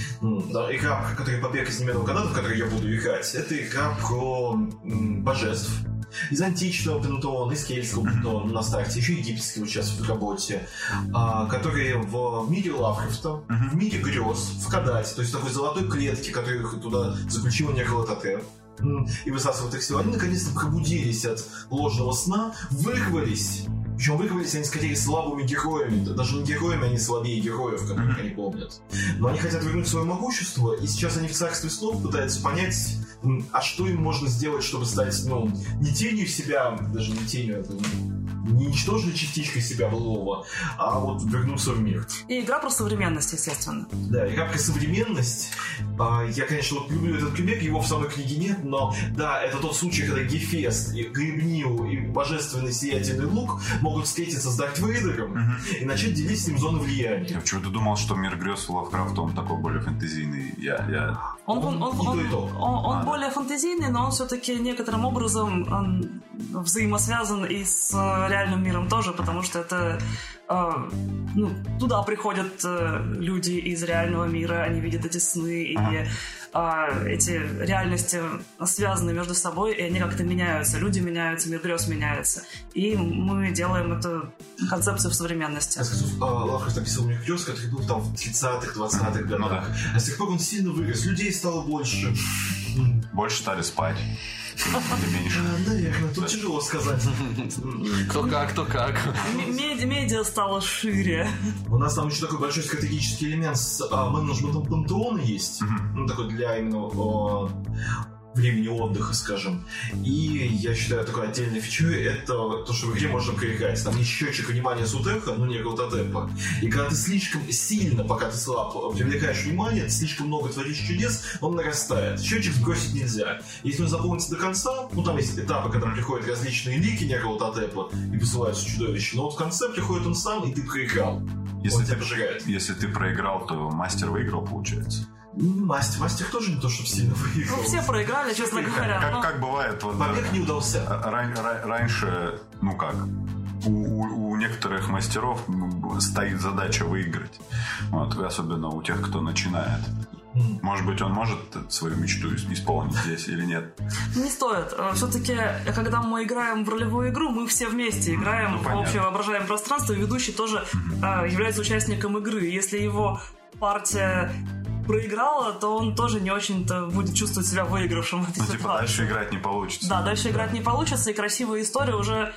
Да, игра, про которую «Побег из неведомого когда-то», в которой я буду играть, это игра про м, божеств. Из античного пантеона, из кельтского пантеона на старте, еще египетского участвуют в работе, а, которые в мире Лавкрафта, uh-huh. в мире грез, в Кадате, то есть такой золотой клетке, которую туда заключил Нерлатотеп, и высасывают их силу. Они наконец-то пробудились от ложного сна, вырвались. Причем вырвались они скорее слабыми героями. Даже не героями, они слабее героев, которых mm-hmm. они помнят. Но они хотят вернуть свое могущество, и сейчас они в царстве снов пытаются понять, а что им можно сделать, чтобы стать, ну, не тенью себя, даже не тенью, это, не ничтожной частичкой себя былого, а вот вернуться в мир. И игра про современность, естественно. Да, игра про современность. Я, конечно, вот люблю этот кубик, его в самой книге нет, но да, это тот случай, когда Гефест, и Гребнил и Божественный Сиятельный Лук могут встретиться с Дарт Вейдером uh-huh. и начать делить с ним зоны влияния. Я почему-то думал, что мир грез у Лавкрафта, он такой более фэнтезийный. Я, я... Он, он, он, он, он, он а, более да. фэнтезийный, но он все-таки некоторым образом он взаимосвязан и с реальным миром тоже, потому что это э, ну, туда приходят э, люди из реального мира, они видят эти сны, ага. и э, эти реальности связаны между собой, и они как-то меняются. Люди меняются, мир грез меняется. И мы делаем эту концепцию в современности. Я скажу, Лавкрафт написал «Мир грез», который был там в тридцатых, двадцатых годах. Ну, да. А с тех пор он сильно вырос, людей стало больше. Больше стали спать. Или меньше. Наверное, тут тяжело сказать. Кто как, кто как. Медиа стало шире. У нас там еще такой большой стратегический элемент с менеджментом пантеона есть. Ну, такой для именно времени отдыха, скажем. И я считаю, такой отдельной фичой это то, что в игре можно проиграть. Там есть счетчик внимания Сутеха, ну не Нерлатотепа. И когда ты слишком сильно, пока ты слаб, привлекаешь внимание, ты слишком много творишь чудес, он нарастает. Счетчик сбросить нельзя. Если он заполнится до конца, ну там есть этапы, когда приходят различные лики Нерлатотепа и посылаются чудовища, но вот в конце приходит он сам, и ты проиграл. Если он ты, тебя пожирает. Если ты проиграл, то мастер выиграл, получается. Мастер, мастер тоже не то, чтобы сильно выиграл. Ну, все проиграли, честно говоря. Как, но... как бывает, вот, побег не удался. Ран, ран, раньше, ну как, у, у, у некоторых мастеров стоит задача выиграть. Вот, особенно у тех, кто начинает. Может быть, он может свою мечту исполнить здесь или нет? Не стоит. Все-таки, когда мы играем в ролевую игру, мы все вместе играем, ну, в общее воображаемое пространство, и ведущий тоже э, является участником игры. Если его партия проиграла, то он тоже не очень-то будет чувствовать себя выигравшим в этой ну, ситуации. Типа дальше играть не получится. Да, дальше играть не получится, и красивая история уже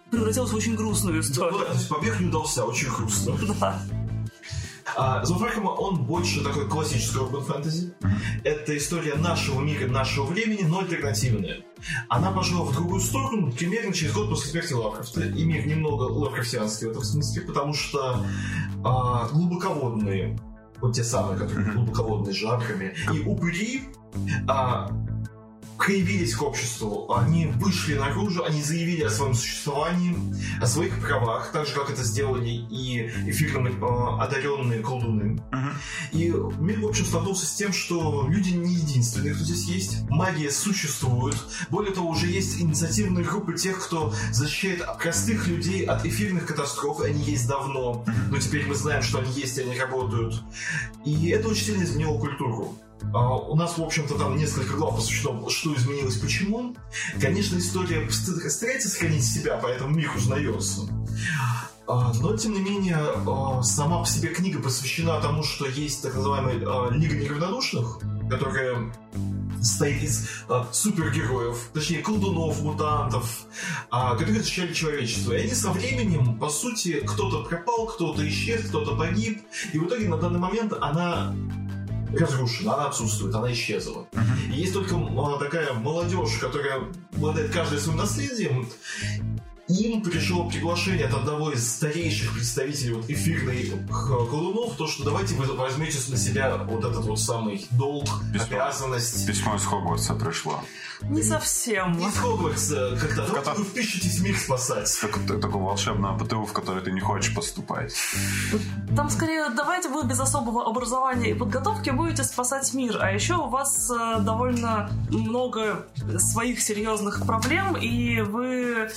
превратилось в очень грустную историю. Да, то есть побег не удался, очень грустно. Да. А, Зов Аркхема, он больше такой классический урбан фэнтези. Это история нашего мира, нашего времени, но альтернативная. Она пошла в другую сторону примерно через год после смерти Лавкрафта. И мир немного лавкрафтианский в этом смысле, потому что а, глубоководные, вот те самые, которые глубоководные с жанрами, и упыри а, проявились к обществу, они вышли наружу, они заявили о своем существовании, о своих правах, так же, как это сделали и эфирно э, одаренные колдуны. Uh-huh. И мир, в общем, столкнулся с тем, что люди не единственные, кто здесь есть. Магия существует. Более того, уже есть инициативные группы тех, кто защищает простых людей от эфирных катастроф, и они есть давно. Но теперь мы знаем, что они есть, и они работают. И это очень сильно изменило культуру. Uh, у нас, в общем-то, там несколько глав посвящено, что изменилось, почему. Конечно, история старается сохранить себя, поэтому мир узнается. Uh, но, тем не менее, uh, сама по себе книга посвящена тому, что есть так называемая uh, Лига Неравнодушных, которая состоит из uh, супергероев, точнее, колдунов, мутантов, uh, которые защищали человечество. И они со временем, по сути, кто-то пропал, кто-то исчез, кто-то погиб. И в итоге на данный момент она разрушена, она отсутствует, она исчезла. Uh-huh. И есть только а, такая молодежь, которая обладает каждым своим наследием. Им пришло приглашение от одного из старейших представителей вот, эфирных колдунов, то, что давайте вы возьмете на себя вот этот вот самый долг, письмо, обязанность. Письмо из Хогвартса пришло. Не совсем. Из Хогвартса, когда в который... вы впишетесь в мир спасать. Так, такое волшебное ПТУ, в которое ты не хочешь поступать. Там скорее, давайте вы без особого образования и подготовки будете спасать мир, а еще у вас э, довольно много своих серьезных проблем, и вы...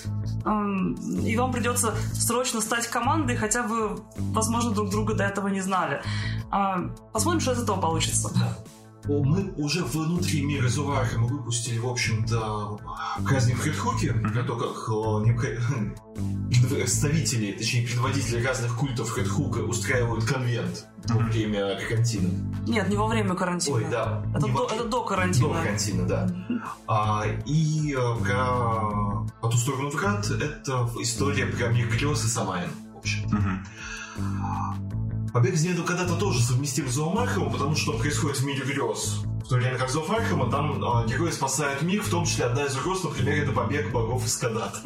и вам придется срочно стать командой, хотя вы, возможно, друг друга до этого не знали. Посмотрим, что из этого получится. Мы уже внутри мира Зова Аркхема выпустили, в общем-то, праздник в Хедхуке, mm-hmm. то, как представители, точнее, предводители разных культов Хедхука устраивают конвент mm-hmm. во время карантина. Нет, не во время карантина. Ой, да. Это, до, во... это до карантина. До карантина, да. Mm-hmm. А, и про «По ту сторону врат» — это история про мир грез и Самайн, в общем. Mm-hmm. Побег из Недров когда-то тоже совместим с Зовом Аркхема, потому что он происходит в мире грез. В то время как Зов Аркхема, там э, герои спасают мир, в том числе одна из угроз, например, это побег богов из Кадат.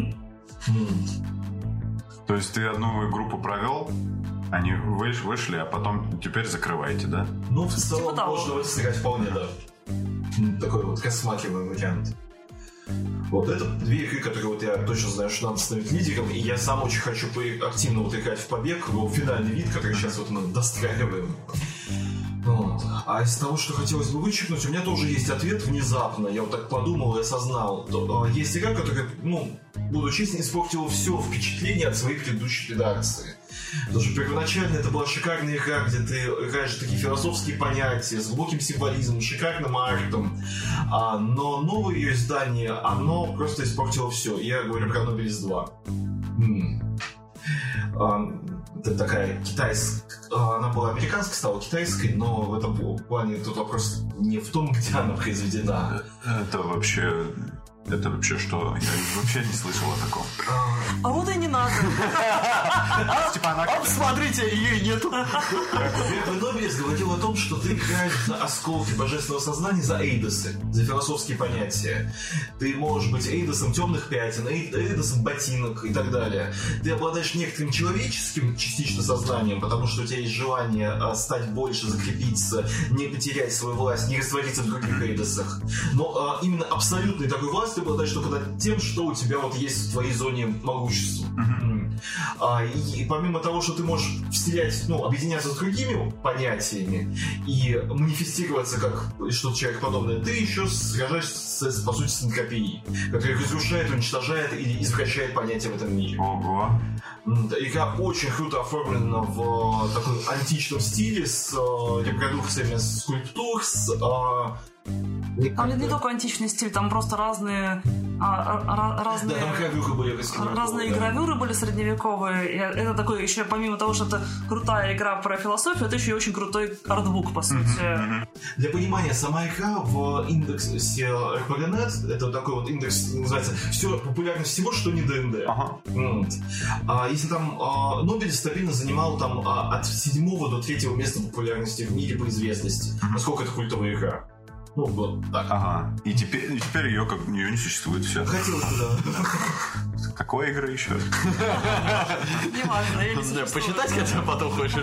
То есть ты одну группу провел, они вышли, а потом теперь закрываете, да? Ну, в целом можно в это сыграть вполне, да. Такой вот рассматриваемый вариант. Вот это две игры, которые вот я точно знаю, что надо становиться лидером, и я сам очень хочу активно вот играть в побег, его финальный вид, который сейчас вот мы достраиваем. Вот. А из того, что хотелось бы вычеркнуть, у меня тоже есть ответ внезапно. Я вот так подумал и осознал. То, э, есть игра, которая, ну, буду честен, испортила все впечатление от своей предыдущей редакции. Потому что первоначально это была шикарная игра, где ты играешь такие философские понятия с глубоким символизмом, шикарным артом. А, но новое ее издание, оно просто испортило все. Я говорю про Nobilis два. М-м. А, это такая китайская, она была американской, стала китайской, но в этом плане тут вопрос не в том, где она произведена. Это вообще... Это вообще что? Я вообще не слышал о таком. А вот и не надо. А смотрите, ее нету. Nobilis говорил о том, что ты играешь за осколки божественного сознания, за эйдосы, за философские понятия. Ты можешь быть эйдосом темных пятен, эйдосом ботинок и так далее. Ты обладаешь некоторым человеческим частично сознанием, потому что у тебя есть желание стать больше, закрепиться, не потерять свою власть, не раствориться в других эйдосах. Но а, именно абсолютной такой власти ты обладаешь только над тем, что у тебя вот есть в твоей зоне могущества. Uh-huh. А, и, и помимо того, что ты можешь вселять, ну, объединяться с другими понятиями и манифестироваться как что-то человекоподобное, ты еще сражаешься, с, по сути, с энтропией, которая разрушает, уничтожает или извращает понятия в этом мире. Ого! Игра очень круто оформлена в таком античном стиле с э, репродукциями скульптур, с э, Там не только античный стиль, там просто разные... А, а, разные, да, там гравюры были разные да. гравюры были средневековые. И это такой еще, помимо того, что это крутая игра про философию, это еще и очень крутой артбук, по сути. Mm-hmm. Для понимания, сама игра в индексе эр пи джи точка нет, это такой вот индекс, называется все, популярность всего, что не ДНД. Ага. Вот. А, если там а, Нобель стабильно занимал там а, от седьмого до третьего места популярности в мире по известности. Mm-hmm. Насколько это культовая игра. Ну, вот так. Ага. И теперь, и теперь ее, как, ее не существует, все. Хотелось бы, да. Какой игры еще? Не важно, я не существую. Почитать хотя бы потом хочешь.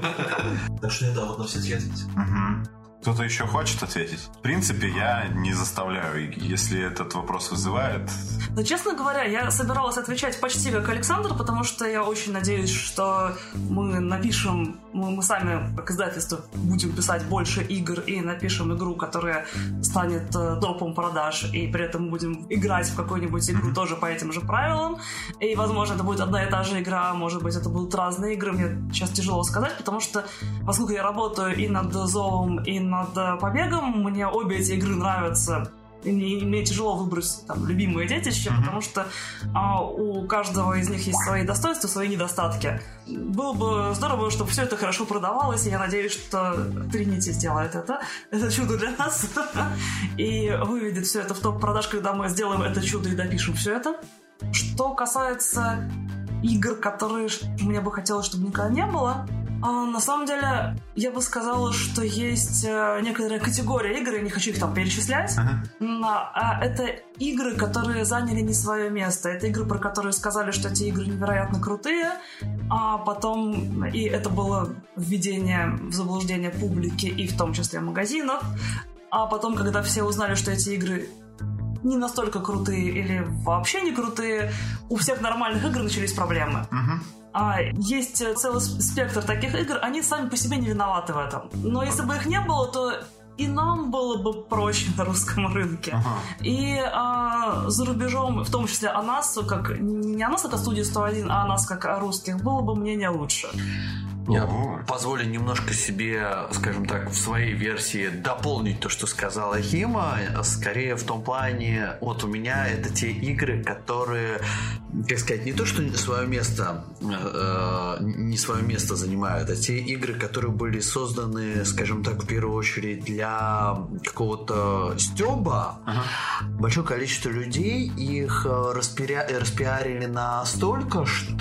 Так что я, да, вот на все ответить. Кто-то еще хочет ответить? В принципе, я не заставляю, если этот вопрос вызывает. Но, честно говоря, я собиралась отвечать почти как Александр, потому что я очень надеюсь, что мы напишем, мы, мы сами, как издательство, будем писать больше игр и напишем игру, которая станет э, топом продаж, и при этом будем играть в какую-нибудь игру тоже по этим же правилам. И, возможно, это будет одна и та же игра, может быть, это будут разные игры. Мне сейчас тяжело сказать, потому что, поскольку я работаю и над Зовом, и над Побегом, мне обе эти игры нравятся. И мне, мне тяжело выбрать там любимые детища, mm-hmm. потому что а, у каждого из них есть свои достоинства, свои недостатки. Было бы здорово, чтобы все это хорошо продавалось, и я надеюсь, что Trinity сделает это. Это чудо для нас. И выведет все это в топ продаж, когда мы сделаем это чудо и допишем все это. Что касается игр, которые мне бы хотелось, чтобы никогда не было, А, на самом деле, я бы сказала, что есть э, некоторая категория игр, я не хочу их там перечислять, uh-huh. но, а, это игры, которые заняли не свое место. Это игры, про которые сказали, что эти игры невероятно крутые, а потом, и это было введение в заблуждение публики, и в том числе магазинов, а потом, когда все узнали, что эти игры не настолько крутые или вообще не крутые, у всех нормальных игр начались проблемы. Uh-huh. А, есть целый спектр таких игр, они сами по себе не виноваты в этом. Но если бы их не было, то и нам было бы проще на русском рынке. Uh-huh. И а, за рубежом, в том числе о нас, как не о нас как о студии сто один, а о нас как о русских, было бы мнение лучше. Я позволю немножко себе, скажем так, в своей версии дополнить то, что сказала Хима. Скорее в том плане, вот у меня это те игры, которые, как сказать, не то, что свое место, э, не свое место занимают, а те игры, которые были созданы, скажем так, в первую очередь для какого-то стёба. Ага. Большое количество людей их распиаря... распиарили настолько,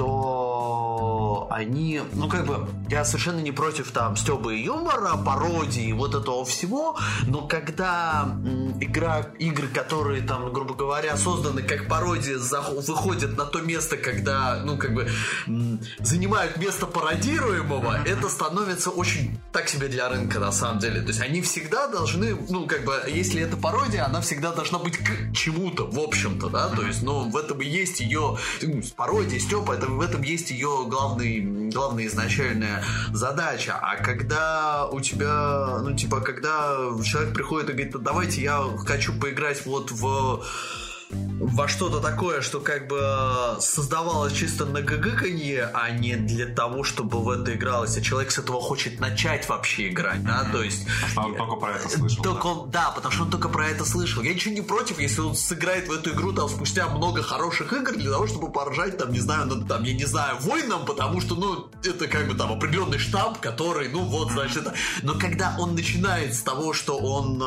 что они, ну как бы, я совершенно не против там стёба и юмора, пародии, вот этого всего, но когда м, игра, игры, которые там, грубо говоря, созданы как пародия, выходят на то место, когда, ну как бы, м, занимают место пародируемого, это становится очень так себе для рынка, на самом деле. То есть они всегда должны, ну как бы, если это пародия, она всегда должна быть к чему-то, в общем-то, да, то есть, ну, в этом и есть ее, ну, пародия, стёба, это, в этом есть ее главный, главная изначальная задача. А когда у тебя, ну, типа, когда человек приходит и говорит, давайте я хочу поиграть вот в во что-то такое, что как бы создавалось чисто на гыгыканье, а не для того, чтобы в это игралось. А человек с этого хочет начать вообще играть, да, то есть... Потому что он только про это слышал. Только да? Он, да, потому что он только про это слышал. Я ничего не против, если он сыграет в эту игру там спустя много хороших игр для того, чтобы поржать, там, не знаю, ну, там, я не знаю, воинам, потому что, ну, это как бы там определенный штамп, который, ну, вот, значит, это... Но когда он начинает с того, что он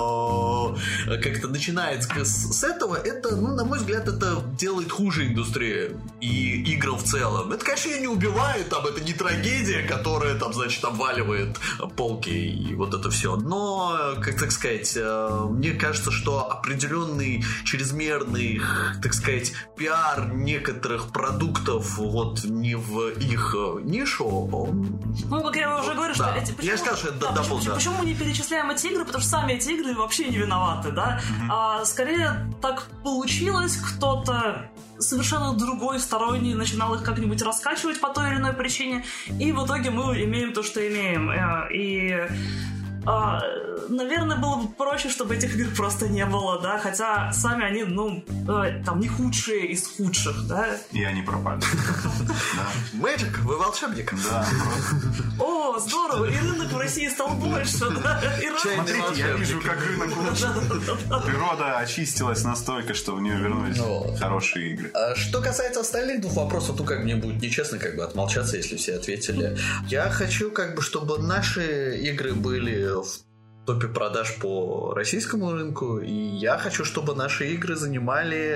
э, как-то начинает с, с этого, это, ну, на мой взгляд, это делает хуже индустрии и играм в целом. Это, конечно, ее не убивает, там, это не трагедия, которая, там, значит, обваливает полки и вот это все. Но, как так сказать, мне кажется, что определенный чрезмерный, так сказать, пиар некоторых продуктов вот не в их нишу, он... Ну, как я уже говорю, да. что... Эти, почему, я скажу, что это да, да, почему, да. почему мы не перечисляем эти игры? Потому что сами эти игры вообще не виноваты, да? Mm-hmm. А скорее так получилось, кто-то совершенно другой, сторонний, начинал их как-нибудь раскачивать по той или иной причине, и в итоге мы имеем то, что имеем. И А, наверное, было бы проще, чтобы этих игр просто не было, да, хотя сами они, ну, э, там, не худшие из худших, да. И они пропали. Мэджик, вы волшебник. Да, О, здорово, и рынок в России стал больше, да. Смотрите, я вижу, как рынок лучше. Природа очистилась настолько, что в нее вернулись хорошие игры. Что касается остальных двух вопросов, ну, как мне будет нечестно как бы отмолчаться, если все ответили. Я хочу, как бы, чтобы наши игры были в топе продаж по российскому рынку, и я хочу, чтобы наши игры занимали,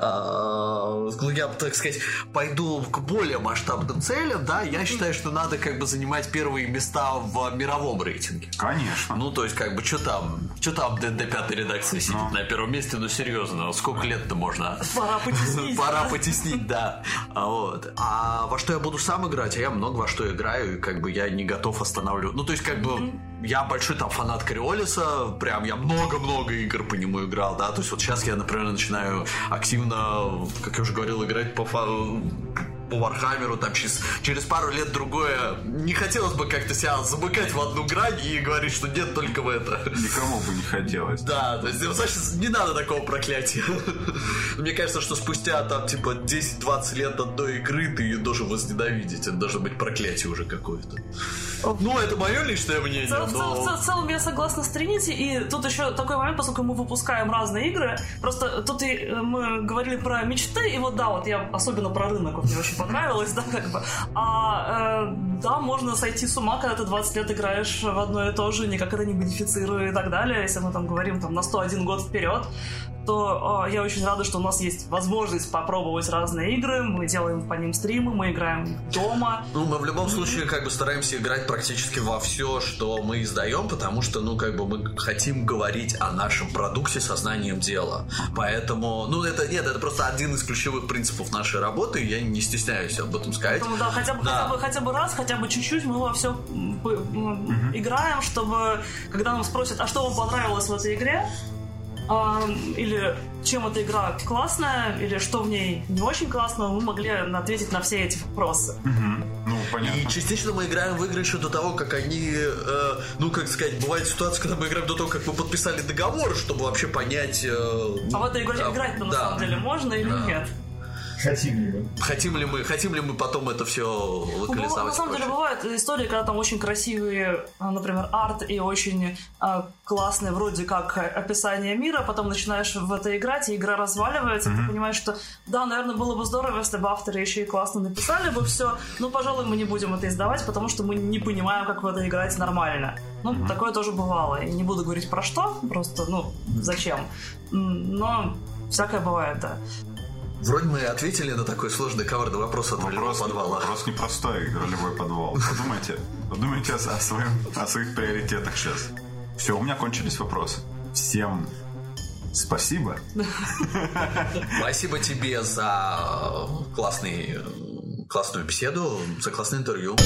э, я, так сказать, пойду к более масштабным целям, да, я считаю, что надо как бы занимать первые места в мировом рейтинге. Конечно. Ну, то есть, как бы, что там, что там до пятой редакции сидит Но. на первом месте, ну, серьезно, сколько лет-то можно? Пора потеснить. Пора потеснить, да. Вот. А во что я буду сам играть? А я много во что играю, и как бы я не готов останавливать. Ну, то есть, как бы, я большой там фанат Кориолиса, прям я много-много игр по нему играл, да, то есть вот сейчас я, например, начинаю активно, как я уже говорил, играть по фа- по Вархаммеру, там через, через пару лет другое. Не хотелось бы как-то себя замыкать в одну грань и говорить, что нет, только в это. Никому бы не хотелось. Да, то есть, значит, не надо такого проклятия. Мне кажется, что спустя там типа десять-двадцать лет одной игры ты ее должен возненавидеть. Это должно быть проклятие уже какое-то. Ну, это мое личное мнение, В, но... в, в, в целом я согласна с Тринити, и тут еще такой момент, поскольку мы выпускаем разные игры, просто тут и мы говорили про мечты, и вот да, вот я особенно про рынок, вот мне очень понравилось, да, как бы, а э, да, можно сойти с ума, когда ты двадцать лет играешь в одно и то же, никак это не модифицируя и так далее, если мы там говорим там на сто один год вперед, то э, я очень рада, что у нас есть возможность попробовать разные игры, мы делаем по ним стримы, мы играем дома. Ну, мы в любом случае как бы стараемся играть практически во все, что мы издаем, потому что, ну, как бы мы хотим говорить о нашем продукте сознанием дела. Поэтому, ну, это нет, это просто один из ключевых принципов нашей работы, и я не стесняюсь об этом сказать. Поэтому, да, хотя бы, да. Хотя бы, хотя бы раз, хотя бы чуть-чуть мы во все Mm-hmm. играем, чтобы, когда нам спросят, а что вам понравилось в этой игре, а, или чем эта игра классная, или что в ней не очень классно, мы могли ответить на все эти вопросы. Mm-hmm. Ну, понятно. И частично мы играем в игры еще до того, как они, э, ну, как сказать, бывает ситуация, когда мы играем до того, как мы подписали договор, чтобы вообще понять... Э, а в этой игре да, играть-то на да. самом деле можно или Да. нет? Хотим ли мы? Хотим ли мы, хотим ли мы потом это все локализовать? Ну, на самом деле бывают истории, когда там очень красивые, например, арт и очень а, классные вроде как описание мира, потом начинаешь в это играть, и игра разваливается, mm-hmm. и ты понимаешь, что да, наверное, было бы здорово, если бы авторы еще и классно написали бы все, но, пожалуй, мы не будем это издавать, потому что мы не понимаем, как в это играть нормально. Ну, mm-hmm. такое тоже бывало. И не буду говорить про что, просто, ну, зачем. Но всякое бывает, да. Вроде мы ответили на такой сложный коварный вопрос от ролевого подвала. Вопрос непростой, ролевой подвал. Подумайте, подумайте о, своем, о своих приоритетах сейчас. Все, у меня кончились вопросы. Всем спасибо. Спасибо тебе за классный, классную беседу, за классное интервью.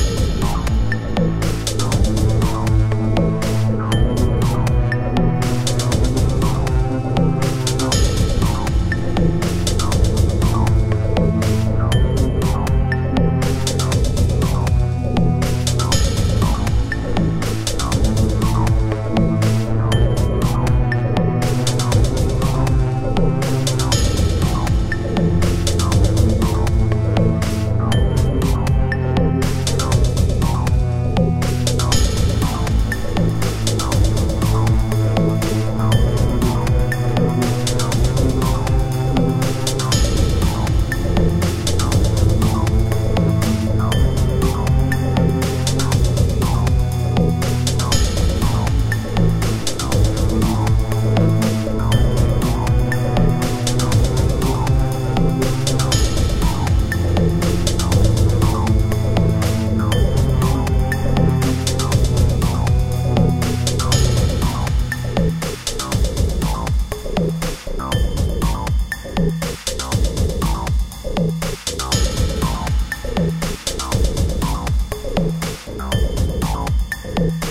No.